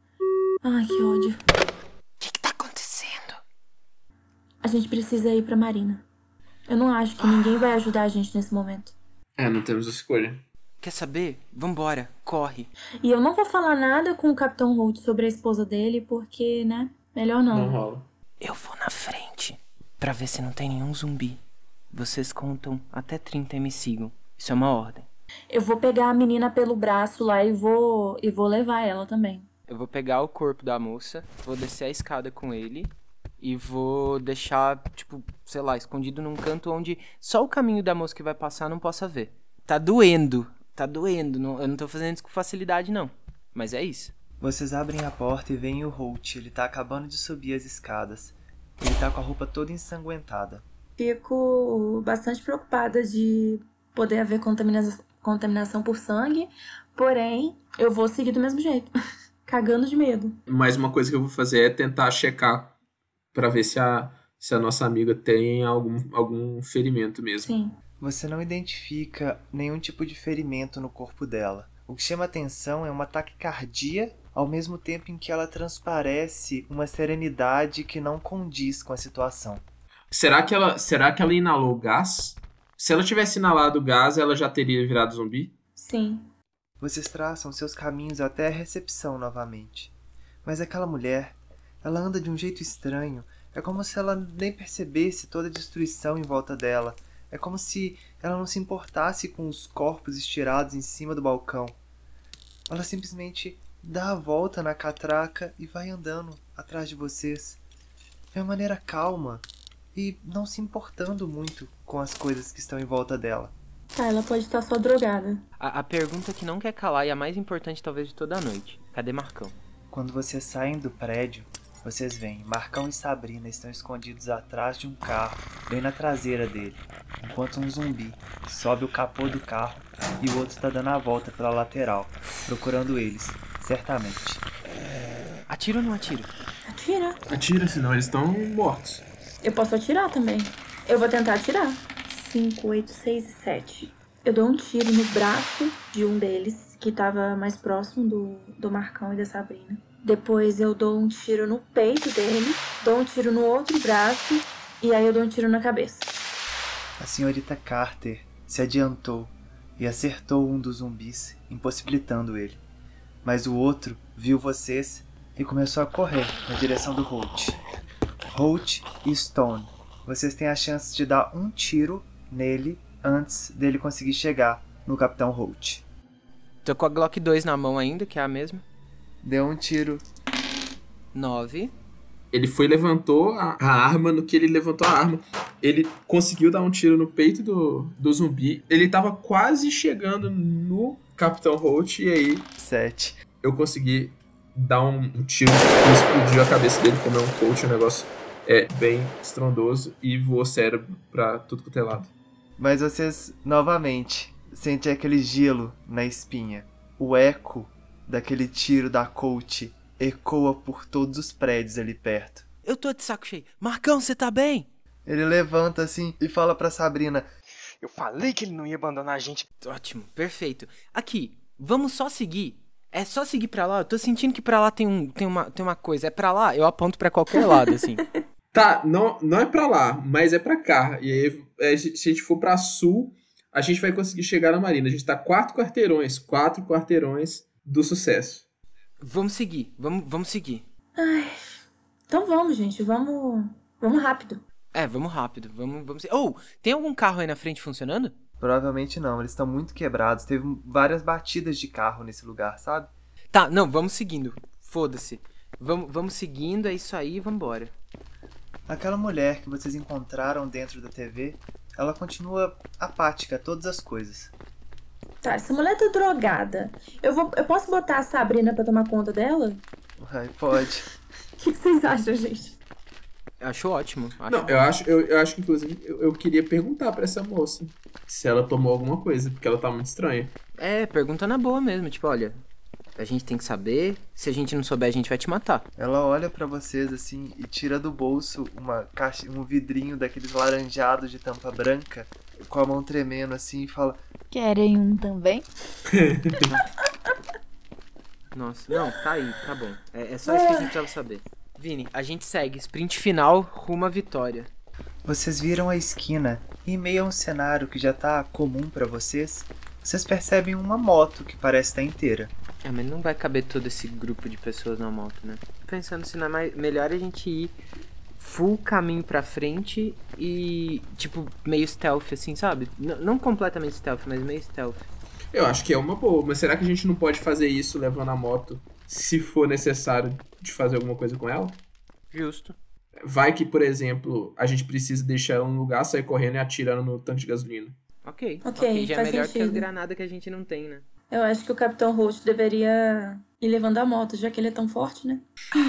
Ai, que ódio. O que, que tá acontecendo? A gente precisa ir pra Marina. Eu não acho que ninguém vai ajudar a gente nesse momento. É, não temos escolha. Quer saber? Vambora, corre. E eu não vou falar nada com o Capitão Holt sobre a esposa dele, porque, né? Melhor não. Não rola. Eu vou na frente pra ver se não tem nenhum zumbi. Vocês contam até trinta e me sigam. Isso é uma ordem. Eu vou pegar a menina pelo braço lá e vou, e vou levar ela também. Eu vou pegar o corpo da moça, vou descer a escada com ele e vou deixar, tipo, sei lá, escondido num canto onde só o caminho da moça que vai passar não possa ver. Tá doendo, tá doendo. Não, eu não tô fazendo isso com facilidade, não. Mas é isso. Vocês abrem a porta e veem o Holt. Ele tá acabando de subir as escadas. Ele tá com a roupa toda ensanguentada. Fico bastante preocupada de poder haver contamina- contaminação por sangue, porém, eu vou seguir do mesmo jeito, cagando de medo. Mas uma coisa que eu vou fazer é tentar checar pra ver se a, se a nossa amiga tem algum, algum ferimento mesmo. Sim. Você não identifica nenhum tipo de ferimento no corpo dela. O que chama atenção é uma taquicardia, ao mesmo tempo em que ela transparece uma serenidade que não condiz com a situação. Será que ela, será que ela inalou gás? Se ela tivesse inalado gás, ela já teria virado zumbi? Sim. Vocês traçam seus caminhos até a recepção novamente. Mas aquela mulher, ela anda de um jeito estranho. É como se ela nem percebesse toda a destruição em volta dela. É como se ela não se importasse com os corpos estirados em cima do balcão. Ela simplesmente dá a volta na catraca e vai andando atrás de vocês. De uma maneira calma e não se importando muito com as coisas que estão em volta dela. Tá, ela pode estar só drogada. A, a pergunta que não quer calar e a mais importante talvez de toda a noite. Cadê Marcão? Quando vocês saem do prédio, vocês veem Marcão e Sabrina estão escondidos atrás de um carro, bem na traseira dele, enquanto um zumbi sobe o capô do carro e o outro está dando a volta pela lateral, procurando eles, certamente. Atira ou não atira? Atira. Atira, senão eles estão mortos. Eu posso atirar também. Eu vou tentar atirar. cinco, oito, seis e sete. Eu dou um tiro no braço de um deles, que tava mais próximo do, do Marcão e da Sabrina. Depois eu dou um tiro no peito dele, dou um tiro no outro braço e aí eu dou um tiro na cabeça. A senhorita Carter se adiantou e acertou um dos zumbis, impossibilitando ele. Mas o outro viu vocês e começou a correr na direção do Holt. Holt e Stone, vocês têm a chance de dar um tiro nele antes dele conseguir chegar no Capitão Holt. Tô com a Glock dois na mão ainda, que é a mesma. Deu um tiro. Nove. Ele foi e levantou a, a arma. No que ele levantou a arma, ele conseguiu dar um tiro no peito do, do zumbi. Ele tava quase chegando no Capitão Holt e aí... Sete. Eu consegui dar um, um tiro que explodiu a cabeça dele, como é um coach, o negócio é bem estrondoso e voou cérebro pra tudo quanto é lado. Mas vocês, novamente, sentem aquele gelo na espinha. O eco daquele tiro da Colt ecoa por todos os prédios ali perto. eu tô de saco cheio. Marcão, você tá bem? Ele levanta assim e fala pra Sabrina. Eu falei que ele não ia abandonar a gente. Ótimo, perfeito. Aqui, vamos só seguir. É só seguir pra lá. Eu tô sentindo que pra lá tem, um, tem, uma, tem uma coisa. É pra lá? Eu aponto pra qualquer lado, assim. Tá, não, não é pra lá, mas é pra cá. E aí, é, se a gente for pra sul, a gente vai conseguir chegar na marina. A gente tá quatro quarteirões, quatro quarteirões do sucesso. Vamos seguir, vamos, vamos seguir. Ai, então vamos, gente, vamos, vamos rápido. É, vamos rápido, vamos, vamos. Oh, tem algum carro aí na frente funcionando? Provavelmente não, eles estão muito quebrados. Teve várias batidas de carro nesse lugar, sabe? Tá, não, vamos seguindo. Foda-se. Vamos, vamos seguindo, é isso aí, vambora. Aquela mulher que vocês encontraram dentro da T V, ela continua apática a todas as coisas. Tá, essa mulher tá drogada. Eu, vou, eu posso botar a Sabrina pra tomar conta dela? Ai, pode. O que, que vocês acham, gente? Acho ótimo. Acho Não, ótimo. eu acho, eu, eu acho que, inclusive, eu, eu queria perguntar pra essa moça se ela tomou alguma coisa, porque ela tá muito estranha. É, pergunta na boa mesmo, tipo, olha, a gente tem que saber, se a gente não souber, a gente vai te matar. Ela olha pra vocês assim e tira do bolso uma caixa, um vidrinho daqueles laranjados de tampa branca, com a mão tremendo assim e fala: Querem um também? Nossa, não, tá aí, tá bom. É, é só isso que a gente precisava saber. Vini, a gente segue, sprint final rumo à vitória. Vocês viram a esquina e em meio a um cenário que já tá comum pra vocês, vocês percebem uma moto que parece estar inteira. É, mas não vai caber todo esse grupo de pessoas na moto, né? Pensando se não é mais, melhor a gente ir full caminho pra frente e, tipo, meio stealth, assim, sabe? N- não completamente stealth, mas meio stealth. Eu acho que é uma boa, mas será que a gente não pode fazer isso levando a moto se for necessário de fazer alguma coisa com ela? Justo. Vai que, por exemplo, a gente precisa deixar ela num lugar, sair correndo e atirando no tanque de gasolina. Ok, Ok, ok, já é faz melhor que as sentido. granadas que a gente não tem, né? Eu acho que o Capitão Holt deveria ir levando a moto, já que ele é tão forte, né?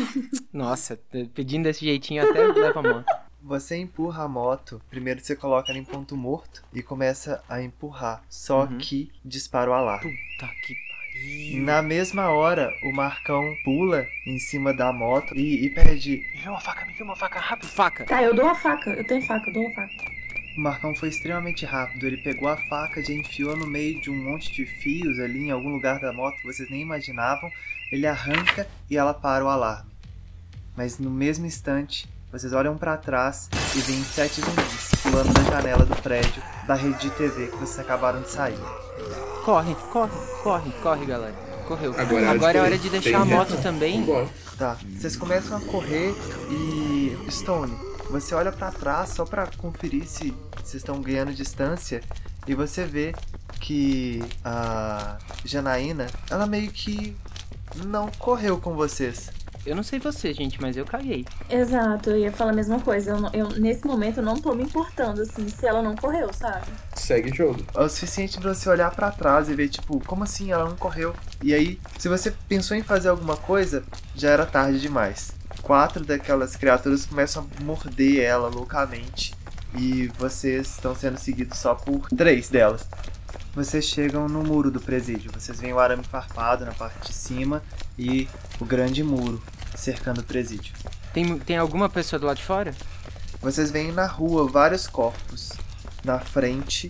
Nossa, pedindo desse jeitinho até leva a moto. Você empurra a moto, primeiro você coloca ela em ponto morto e começa a empurrar, só Uhum. que dispara o alarme. Puta que pariu. Na mesma hora, o Marcão pula em cima da moto e, e perde. Me vê uma faca, me vê uma faca rápido. Faca. Tá, eu dou a faca. Eu tenho faca, eu dou a faca. O Marcão foi extremamente rápido, ele pegou a faca, já enfiou no meio de um monte de fios ali em algum lugar da moto que vocês nem imaginavam, ele arranca e ela para o alarme. Mas no mesmo instante, vocês olham pra trás e veem sete zumbis pulando da janela do prédio da rede de T V que vocês acabaram de sair. Corre, corre, corre, corre, galera. Correu. Agora é hora de Agora é hora correr. de deixar Tem a moto retorno. também. Vambora. Tá, vocês começam a correr e... Stone, você olha pra trás só pra conferir se vocês estão ganhando distância e você vê que a Janaína, ela meio que não correu com vocês. Eu não sei você, gente, mas eu caguei. Exato, eu ia falar a mesma coisa. Eu, não- eu, nesse momento eu não tô me importando, assim, se ela não correu, sabe? Segue o jogo. É o suficiente pra você olhar pra trás e ver, tipo, como assim ela não correu? E aí, se você pensou em fazer alguma coisa, já era tarde demais. Quatro daquelas criaturas começam a morder ela loucamente e vocês estão sendo seguidos só por três delas. Vocês chegam no muro do presídio. Vocês veem o arame farpado na parte de cima e o grande muro cercando o presídio. Tem, tem alguma pessoa do lado de fora? Vocês veem na rua vários corpos na frente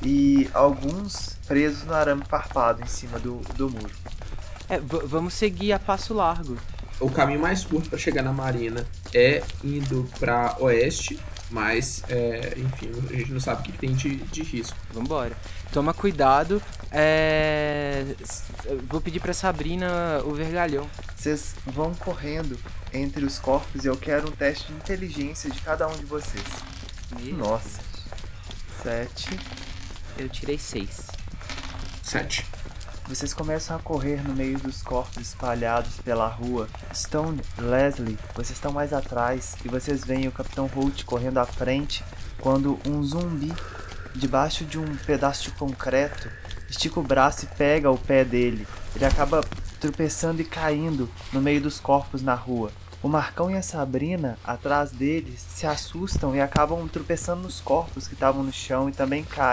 e alguns presos no arame farpado em cima do, do muro. É, v- vamos seguir a passo largo. O caminho mais curto pra chegar na marina é indo pra oeste, mas, é, enfim, a gente não sabe o que que tem de, de risco. Vambora. Toma cuidado. É... s- eu Vou pedir pra Sabrina o vergalhão. Vocês vão correndo entre os corpos e eu quero um teste de inteligência de cada um de vocês. Nossa. Sete. Eu tirei seis. Sete. Vocês começam a correr no meio dos corpos espalhados pela rua. Stone, Leslie, vocês estão mais atrás e vocês veem o Capitão Holt correndo à frente quando um zumbi, debaixo de um pedaço de concreto, estica o braço e pega o pé dele. Ele acaba tropeçando e caindo no meio dos corpos na rua. O Marcão e a Sabrina, atrás deles, se assustam e acabam tropeçando nos corpos que estavam no chão e também caem.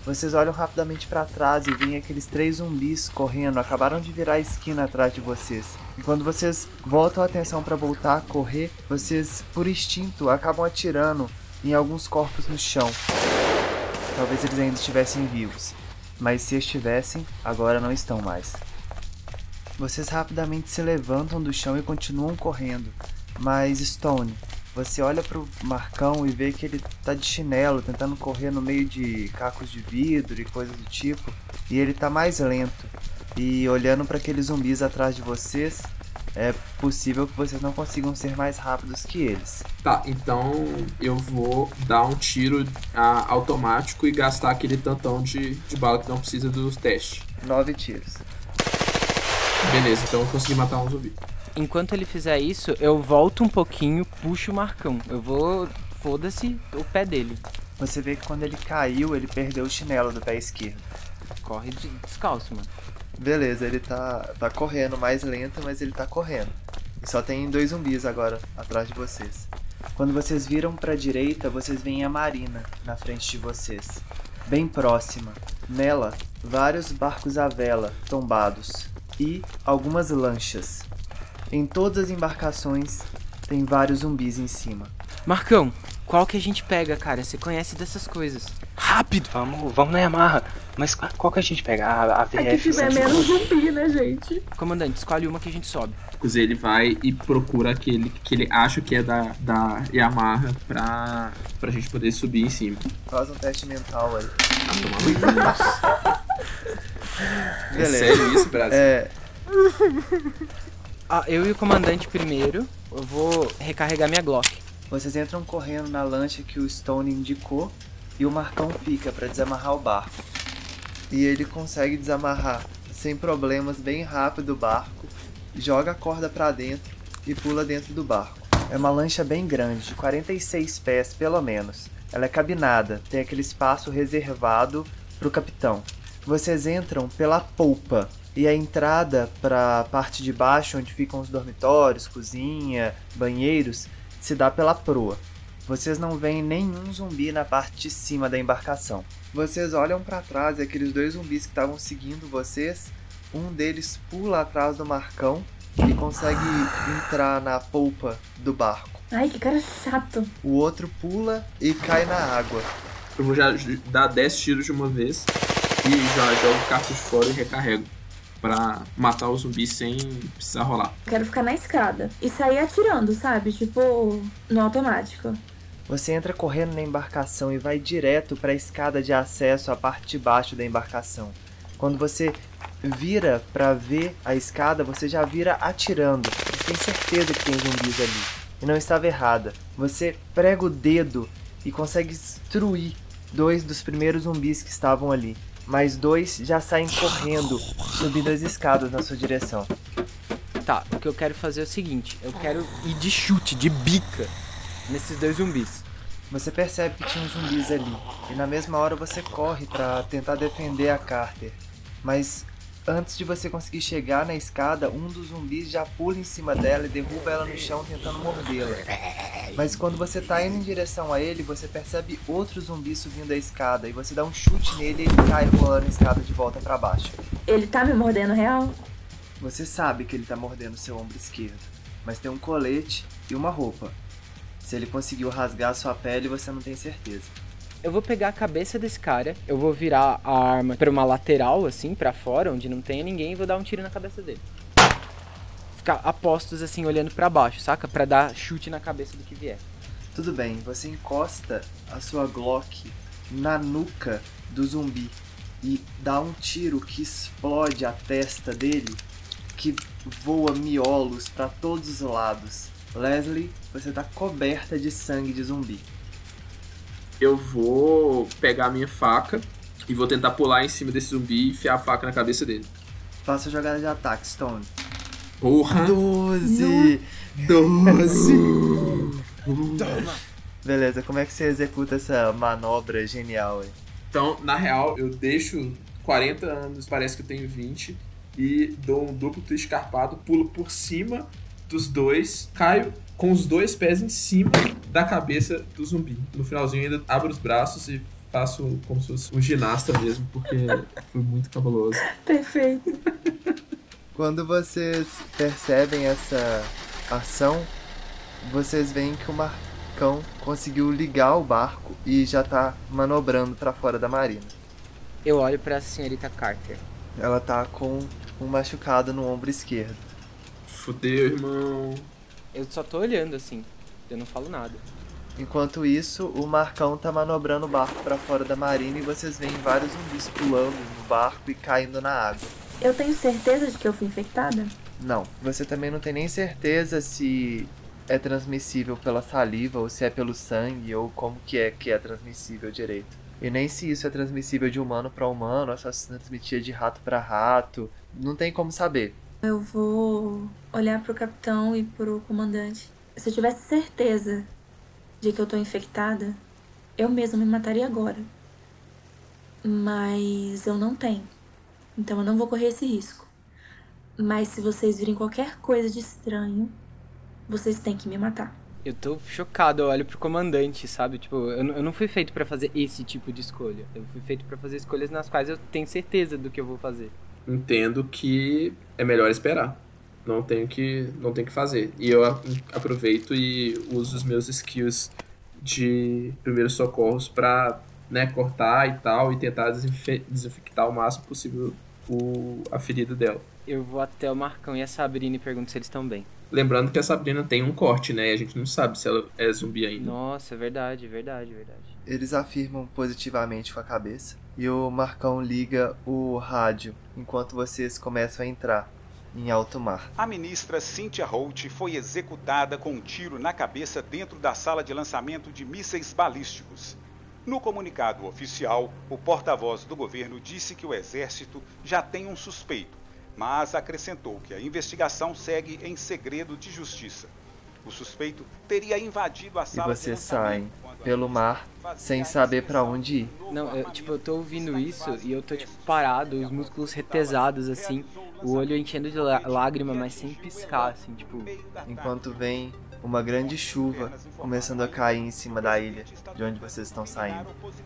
Vocês olham rapidamente pra trás e veem aqueles três zumbis correndo, acabaram de virar a esquina atrás de vocês. E quando vocês voltam a atenção pra voltar a correr, vocês, por instinto, acabam atirando em alguns corpos no chão. Talvez eles ainda estivessem vivos, mas se estivessem, agora não estão mais. Vocês rapidamente se levantam do chão e continuam correndo, mas Stone, você olha pro Marcão e vê que ele tá de chinelo, tentando correr no meio de cacos de vidro e coisas do tipo, e ele tá mais lento. E olhando para aqueles zumbis atrás de vocês, é possível que vocês não consigam ser mais rápidos que eles. Tá, então eu vou dar um tiro ah, automático e gastar aquele tantão de, de bala que não precisa dos testes. Nove tiros. Beleza, então eu consegui matar um zumbi. Enquanto ele fizer isso, eu volto um pouquinho, puxo o Marcão. Eu vou... foda-se o pé dele. Você vê que quando ele caiu, ele perdeu o chinelo do pé esquerdo. Corre de descalço, mano. Beleza, ele tá, tá correndo mais lento, mas ele tá correndo. E só tem dois zumbis agora atrás de vocês. Quando vocês viram pra direita, vocês veem a Marina na frente de vocês. Bem próxima. Nela, vários barcos à vela tombados. E algumas lanchas. Em todas as embarcações, tem vários zumbis em cima. Marcão, qual que a gente pega, cara? Você conhece dessas coisas. Rápido! Vamos, vamos na Yamaha. Mas qual que a gente pega? A, a V F? É que tiver menos zumbi, né, gente? Comandante, escolhe uma que a gente sobe. Ele vai e procura aquele que ele acha que é da, da Yamaha pra, pra gente poder subir em cima. Faz um teste mental aí. Ah, é sério isso, Brasil? É... Ah, eu e o comandante primeiro. Eu vou recarregar minha Glock. Vocês entram correndo na lancha que o Stone indicou e o Marcão fica para desamarrar o barco. E ele consegue desamarrar sem problemas bem rápido o barco, joga a corda para dentro e pula dentro do barco. É uma lancha bem grande, de quarenta e seis pés pelo menos. Ela é cabinada, tem aquele espaço reservado para o capitão. Vocês entram pela polpa. E a entrada para a parte de baixo, onde ficam os dormitórios, cozinha, banheiros, se dá pela proa. Vocês não veem nenhum zumbi na parte de cima da embarcação. Vocês olham para trás e aqueles dois zumbis que estavam seguindo vocês, um deles pula atrás do Marcão e consegue entrar na polpa do barco. Ai, que cara chato. O outro pula e cai na água. Eu vou já dar dez tiros de uma vez e já jogo o cartucho fora e recarrego. Pra matar o zumbi sem precisar rolar. Quero ficar na escada e sair atirando, sabe? Tipo, no automático. Você entra correndo na embarcação e vai direto para a escada de acesso à parte de baixo da embarcação. Quando você vira para ver a escada, você já vira atirando. Você tem certeza que tem zumbis ali. E não estava errada. Você prega o dedo e consegue destruir dois dos primeiros zumbis que estavam ali. Mais dois já saem correndo, subindo as escadas na sua direção. Tá, o que eu quero fazer é o seguinte. Eu quero ir de chute, de bica, nesses dois zumbis. Você percebe que tinha zumbis ali. E na mesma hora você corre pra tentar defender a Carter. Mas antes de você conseguir chegar na escada, um dos zumbis já pula em cima dela e derruba ela no chão tentando mordê-la. Mas quando você tá indo em direção a ele, você percebe outro zumbi subindo a escada e você dá um chute nele e ele cai rolando a escada de volta pra baixo. Ele tá me mordendo real? Você sabe que ele tá mordendo seu ombro esquerdo, mas tem um colete e uma roupa. Se ele conseguiu rasgar sua pele, você não tem certeza. Eu vou pegar a cabeça desse cara, eu vou virar a arma pra uma lateral, assim, pra fora, onde não tenha ninguém, e vou dar um tiro na cabeça dele. Ficar a postos, assim, olhando pra baixo, saca? Pra dar chute na cabeça do que vier. Tudo bem, você encosta a sua Glock na nuca do zumbi e dá um tiro que explode a testa dele, que voa miolos pra todos os lados. Leslie, você tá coberta de sangue de zumbi. Eu vou pegar a minha faca e vou tentar pular em cima desse zumbi e enfiar a faca na cabeça dele. Faça a jogada de ataque, Stone. Porra! doze! doze! Toma! Beleza, como é que você executa essa manobra genial aí? Então, na real, eu deixo quarenta anos, parece que eu tenho vinte, e dou um duplo twist escarpado, pulo por cima dos dois, caio com os dois pés em cima da cabeça do zumbi. No finalzinho ainda abro os braços e faço como se fosse um ginasta mesmo, porque foi muito cabuloso. Perfeito. Quando vocês percebem essa ação, vocês veem que o Marcão conseguiu ligar o barco e já tá manobrando pra fora da marina. Eu olho pra senhorita Carter. Ela tá com um machucado no ombro esquerdo. Fudeu, irmão. Eu só tô olhando assim, eu não falo nada. Enquanto isso, o Marcão tá manobrando o barco pra fora da marina e vocês veem vários zumbis pulando no barco e caindo na água. Eu tenho certeza de que eu fui infectada? Não, você também não tem nem certeza se é transmissível pela saliva ou se é pelo sangue ou como que é que é transmissível direito. E nem se isso é transmissível de humano para humano, ou só se transmitia de rato para rato, não tem como saber. Eu vou olhar pro capitão e pro comandante. Se eu tivesse certeza de que eu tô infectada, eu mesma me mataria agora. Mas eu não tenho. Então eu não vou correr esse risco. Mas se vocês virem qualquer coisa de estranho, vocês têm que me matar. Eu tô chocado, eu olho pro comandante, sabe? Tipo, eu, eu não fui feito pra fazer esse tipo de escolha. Eu fui feito pra fazer escolhas nas quais eu tenho certeza do que eu vou fazer. Entendo que é melhor esperar. Não tenho que, não tenho que fazer. E eu aproveito e uso os meus skills de primeiros socorros pra, né, cortar e tal, e tentar desinfe- desinfectar o máximo possível o, a ferida dela. Eu vou até o Marcão e a Sabrina e pergunto se eles estão bem. Lembrando que a Sabrina tem um corte, né? E a gente não sabe se ela é zumbi ainda. Nossa, é verdade, verdade, verdade. Eles afirmam positivamente com a cabeça. E o Marcão liga o rádio enquanto vocês começam a entrar em alto mar. A ministra Cynthia Holt foi executada com um tiro na cabeça dentro da sala de lançamento de mísseis balísticos. No comunicado oficial, o porta-voz do governo disse que o exército já tem um suspeito, mas acrescentou que a investigação segue em segredo de justiça. O suspeito teria invadido a sala e vocês saem pelo mar sem saber pra onde ir. Não, eu, tipo, eu tô ouvindo isso e eu tô, tipo, parado, os músculos retesados, assim, o olho enchendo de lágrima, mas sem piscar, assim, tipo... Enquanto vem uma grande chuva começando a cair em cima da ilha, de onde vocês estão saindo.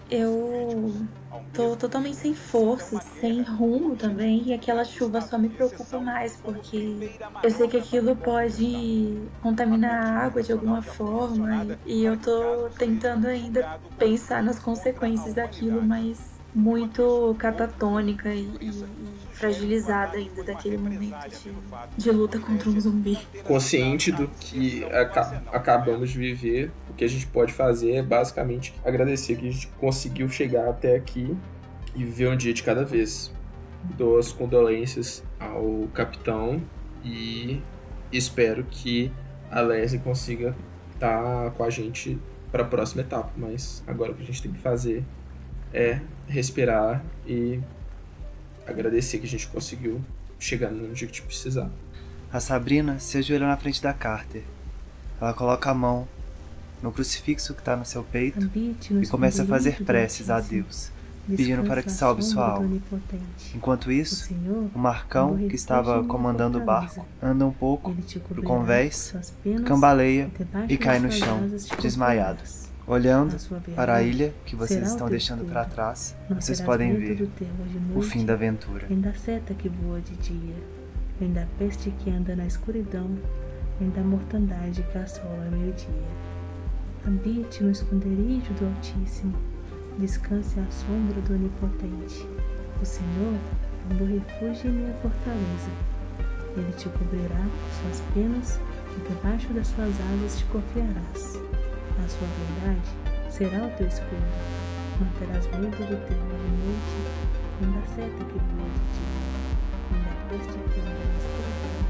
Eu tô totalmente sem força, sem rumo também, e aquela chuva só me preocupa mais, porque eu sei que aquilo pode contaminar a água de alguma forma, e eu tô tentando ainda pensar nas consequências daquilo, mas muito catatônica e, e, e fragilizada ainda daquele momento de, de luta contra um zumbi. Consciente do que aca- acabamos de viver, o que a gente pode fazer é basicamente agradecer que a gente conseguiu chegar até aqui e viver um dia de cada vez. Dou as condolências ao capitão e espero que a Leslie consiga estar com a gente para a próxima etapa, mas agora o que a gente tem que fazer é respirar e agradecer que a gente conseguiu chegar no dia que a gente precisar. A Sabrina se ajoelha na frente da Carter. Ela coloca a mão no crucifixo que está no seu peito e começa a fazer preces a Deus, pedindo para que salve sua alma. Enquanto isso, o Marcão, que estava comandando o barco, anda um pouco pro convés, cambaleia e cai no chão, desmaiado. Olhando para a ilha que vocês estão deixando para trás, vocês podem ver o fim da aventura. Vem da seta que voa de dia, vem da peste que anda na escuridão, vem da mortandade que assola ao meio-dia. Habite no esconderijo do Altíssimo, descanse à sombra do Onipotente. O Senhor é meu refúgio e minha fortaleza. Ele te cobrirá com suas penas e debaixo das suas asas te confiarás. A sua verdade será o teu escudo. Manterás medo do terror de noite, nem da seta que voa de dia, nem da peste que anda na escuridão.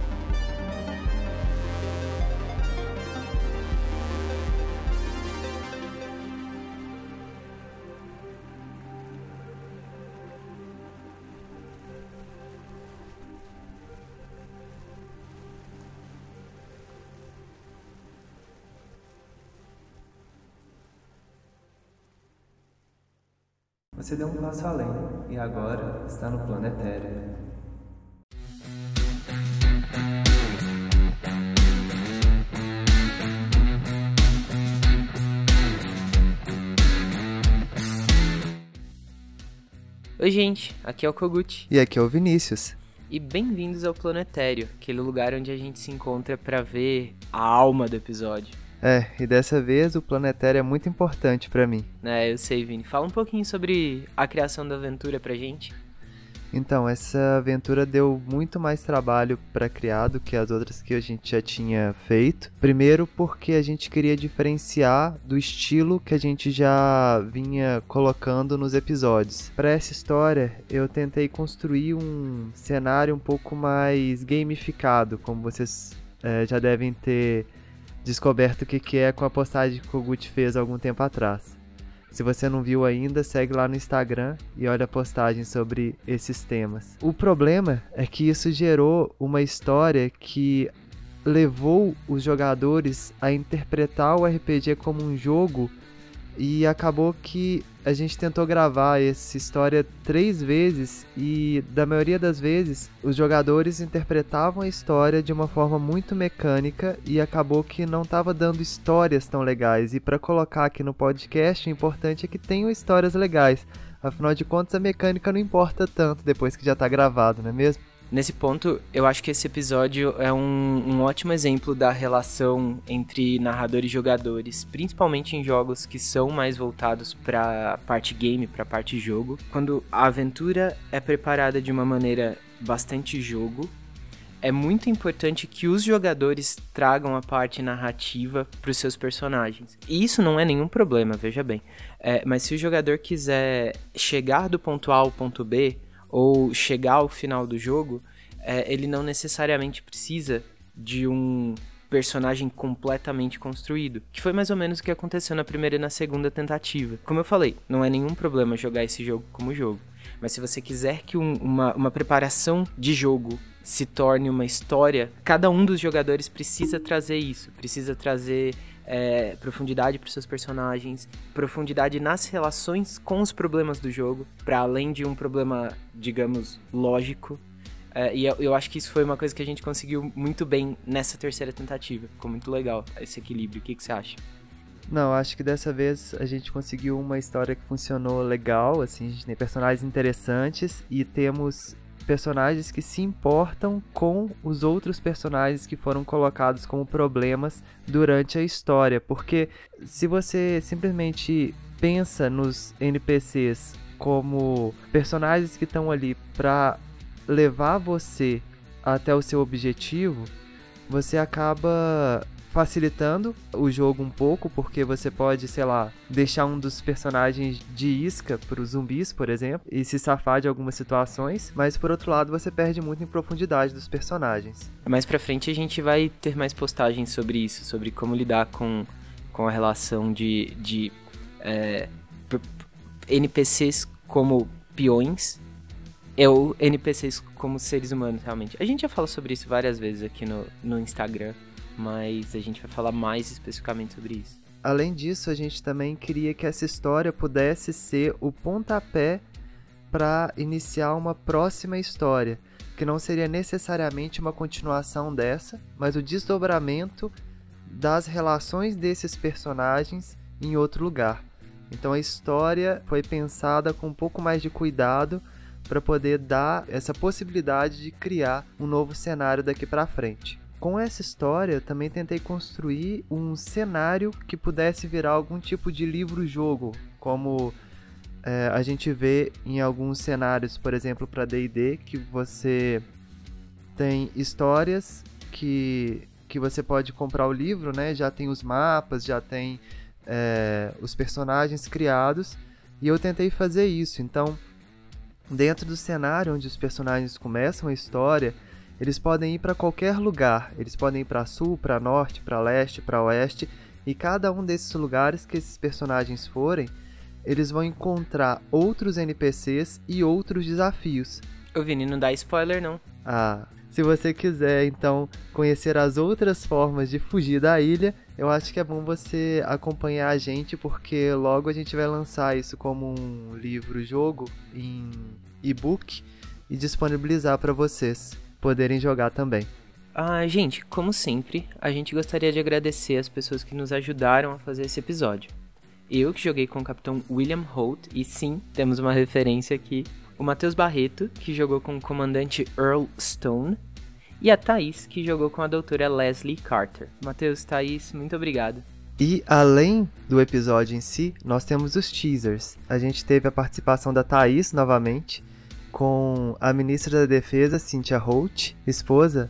Você deu um passo além e agora está no plano etéreo. Oi gente, aqui é o Kogut. E aqui é o Vinícius. E bem-vindos ao Planetário, aquele lugar onde a gente se encontra pra ver a alma do episódio. É, e dessa vez o Planetário é muito importante pra mim. É, eu sei, Vini. Fala um pouquinho sobre a criação da aventura pra gente. Então, essa aventura deu muito mais trabalho para criar do que as outras que a gente já tinha feito. Primeiro porque a gente queria diferenciar do estilo que a gente já vinha colocando nos episódios. Para essa história, eu tentei construir um cenário um pouco mais gamificado, como vocês é, já devem ter descoberto o que, que é com a postagem que o Kogut fez há algum tempo atrás. Se você não viu ainda, segue lá no Instagram e olha a postagem sobre esses temas. O problema é que isso gerou uma história que levou os jogadores a interpretar o R P G como um jogo e acabou que a gente tentou gravar essa história três vezes e, da maioria das vezes, os jogadores interpretavam a história de uma forma muito mecânica e acabou que não estava dando histórias tão legais. E para colocar aqui no podcast, o importante é que tenham histórias legais. Afinal de contas, a mecânica não importa tanto depois que já está gravado, não é mesmo? Nesse ponto, eu acho que esse episódio é um, um ótimo exemplo da relação entre narrador e jogadores, principalmente em jogos que são mais voltados para a parte game, para a parte jogo. Quando a aventura é preparada de uma maneira bastante jogo, é muito importante que os jogadores tragam a parte narrativa para os seus personagens. E isso não é nenhum problema, veja bem. É, mas se o jogador quiser chegar do ponto A ao ponto B, ou chegar ao final do jogo, é, ele não necessariamente precisa de um personagem completamente construído, que foi mais ou menos o que aconteceu na primeira e na segunda tentativa. Como eu falei, não é nenhum problema jogar esse jogo como jogo, mas se você quiser que um, uma, uma preparação de jogo se torne uma história, cada um dos jogadores precisa trazer isso, precisa trazer É, profundidade para os seus personagens, profundidade nas relações com os problemas do jogo, para além de um problema, digamos, lógico. É, e eu, eu acho que isso foi uma coisa que a gente conseguiu muito bem nessa terceira tentativa. Ficou muito legal esse equilíbrio. O que, que você acha? Não, acho que dessa vez a gente conseguiu uma história que funcionou legal, assim, a gente tem personagens interessantes e temos personagens que se importam com os outros personagens que foram colocados como problemas durante a história, porque se você simplesmente pensa nos N P Cs como personagens que estão ali para levar você até o seu objetivo, você acaba facilitando o jogo um pouco, porque você pode, sei lá, deixar um dos personagens de isca para os zumbis, por exemplo, e se safar de algumas situações, mas por outro lado você perde muito em profundidade dos personagens. Mais pra frente a gente vai ter mais postagens sobre isso, sobre como lidar com, com a relação de, de é, N P Cs como peões ou N P Cs como seres humanos, realmente. A gente já fala sobre isso várias vezes aqui no, no Instagram, mas a gente vai falar mais especificamente sobre isso. Além disso, a gente também queria que essa história pudesse ser o pontapé para iniciar uma próxima história, que não seria necessariamente uma continuação dessa, mas o desdobramento das relações desses personagens em outro lugar. Então a história foi pensada com um pouco mais de cuidado para poder dar essa possibilidade de criar um novo cenário daqui para frente. Com essa história, eu também tentei construir um cenário que pudesse virar algum tipo de livro-jogo, como é, a gente vê em alguns cenários, por exemplo, para D e D, que você tem histórias que, que você pode comprar o livro, né? Já tem os mapas, já tem é, os personagens criados, e eu tentei fazer isso. Então, dentro do cenário onde os personagens começam a história, eles podem ir para qualquer lugar, eles podem ir para sul, para norte, para leste, para oeste, e cada um desses lugares que esses personagens forem, eles vão encontrar outros N P Cs e outros desafios. Ô Vini, não dá spoiler não. Ah, se você quiser então conhecer as outras formas de fugir da ilha, eu acho que é bom você acompanhar a gente, porque logo a gente vai lançar isso como um livro-jogo em e-book e disponibilizar para vocês poderem jogar também. Ah, gente, como sempre, a gente gostaria de agradecer as pessoas que nos ajudaram a fazer esse episódio. Eu que joguei com o Capitão William Holt, e sim, temos uma referência aqui, o Matheus Barreto, que jogou com o comandante Earl Stone, e a Thaís, que jogou com a doutora Leslie Carter. Matheus, Thaís, muito obrigado. E além do episódio em si, nós temos os teasers. A gente teve a participação da Thaís novamente, com a ministra da Defesa, Cynthia Holt, esposa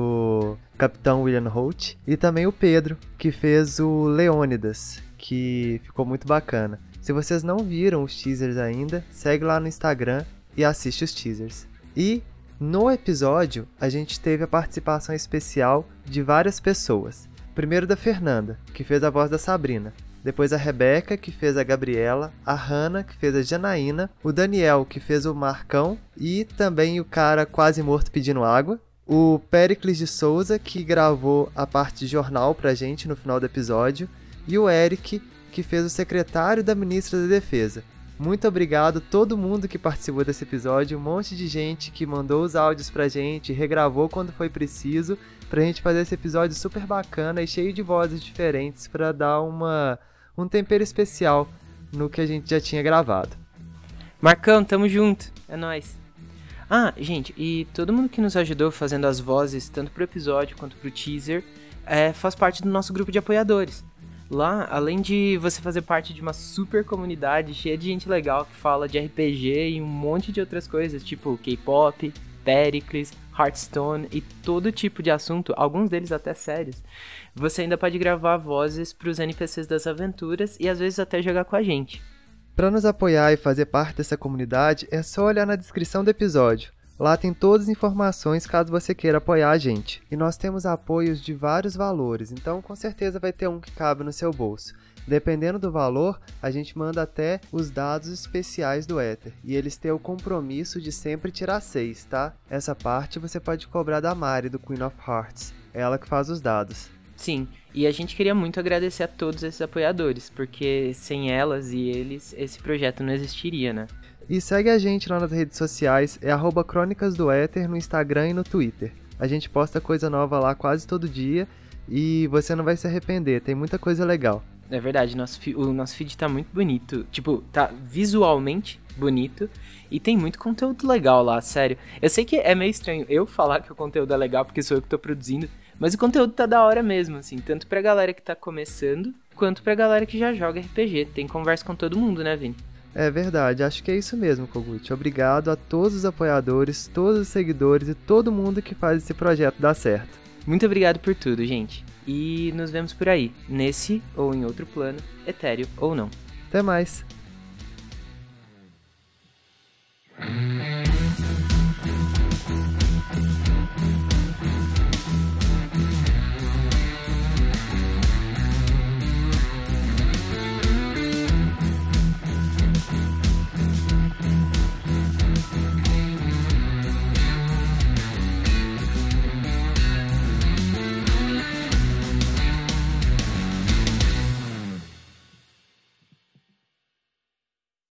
do capitão William Holt, e também o Pedro, que fez o Leônidas, que ficou muito bacana. Se vocês não viram os teasers ainda, segue lá no Instagram e assiste os teasers. E no episódio, a gente teve a participação especial de várias pessoas. Primeiro da Fernanda, que fez a voz da Sabrina. Depois a Rebeca, que fez a Gabriela. A Hannah, que fez a Janaína. O Daniel, que fez o Marcão. E também o cara quase morto pedindo água. O Pericles de Souza, que gravou a parte de jornal pra gente no final do episódio. E o Eric, que fez o secretário da ministra da Defesa. Muito obrigado a todo mundo que participou desse episódio, um monte de gente que mandou os áudios pra gente, regravou quando foi preciso, pra gente fazer esse episódio super bacana e cheio de vozes diferentes pra dar uma, um tempero especial no que a gente já tinha gravado. Marcão, tamo junto, é nóis. Ah, gente, e todo mundo que nos ajudou fazendo as vozes, tanto pro episódio quanto pro teaser, é, faz parte do nosso grupo de apoiadores. Lá, além de você fazer parte de uma super comunidade cheia de gente legal que fala de R P G e um monte de outras coisas, tipo K-pop, Pericles, Hearthstone e todo tipo de assunto, alguns deles até sérios, você ainda pode gravar vozes pros N P Cs das aventuras e às vezes até jogar com a gente. Para nos apoiar e fazer parte dessa comunidade, é só olhar na descrição do episódio. Lá tem todas as informações caso você queira apoiar a gente. E nós temos apoios de vários valores, então com certeza vai ter um que cabe no seu bolso. Dependendo do valor, a gente manda até os dados especiais do Ether. E eles têm o compromisso de sempre tirar seis, tá? Essa parte você pode cobrar da Mari, do Queen of Hearts. É ela que faz os dados. Sim, e a gente queria muito agradecer a todos esses apoiadores, porque sem elas e eles, esse projeto não existiria, né? E segue a gente lá nas redes sociais, é arroba Crônicas do Éter no Instagram e no Twitter. A gente posta coisa nova lá quase todo dia e você não vai se arrepender, tem muita coisa legal. É verdade, nosso, o nosso feed tá muito bonito, tipo, tá visualmente bonito e tem muito conteúdo legal lá, sério. Eu sei que é meio estranho eu falar que o conteúdo é legal porque sou eu que tô produzindo, mas o conteúdo tá da hora mesmo, assim, tanto pra galera que tá começando, quanto pra galera que já joga R P G. Tem conversa com todo mundo, né, Vini? É verdade, acho que é isso mesmo, Kogut. Obrigado a todos os apoiadores, todos os seguidores e todo mundo que faz esse projeto dar certo. Muito obrigado por tudo, gente. E nos vemos por aí, nesse ou em outro plano, etéreo ou não. Até mais! Mm-hmm.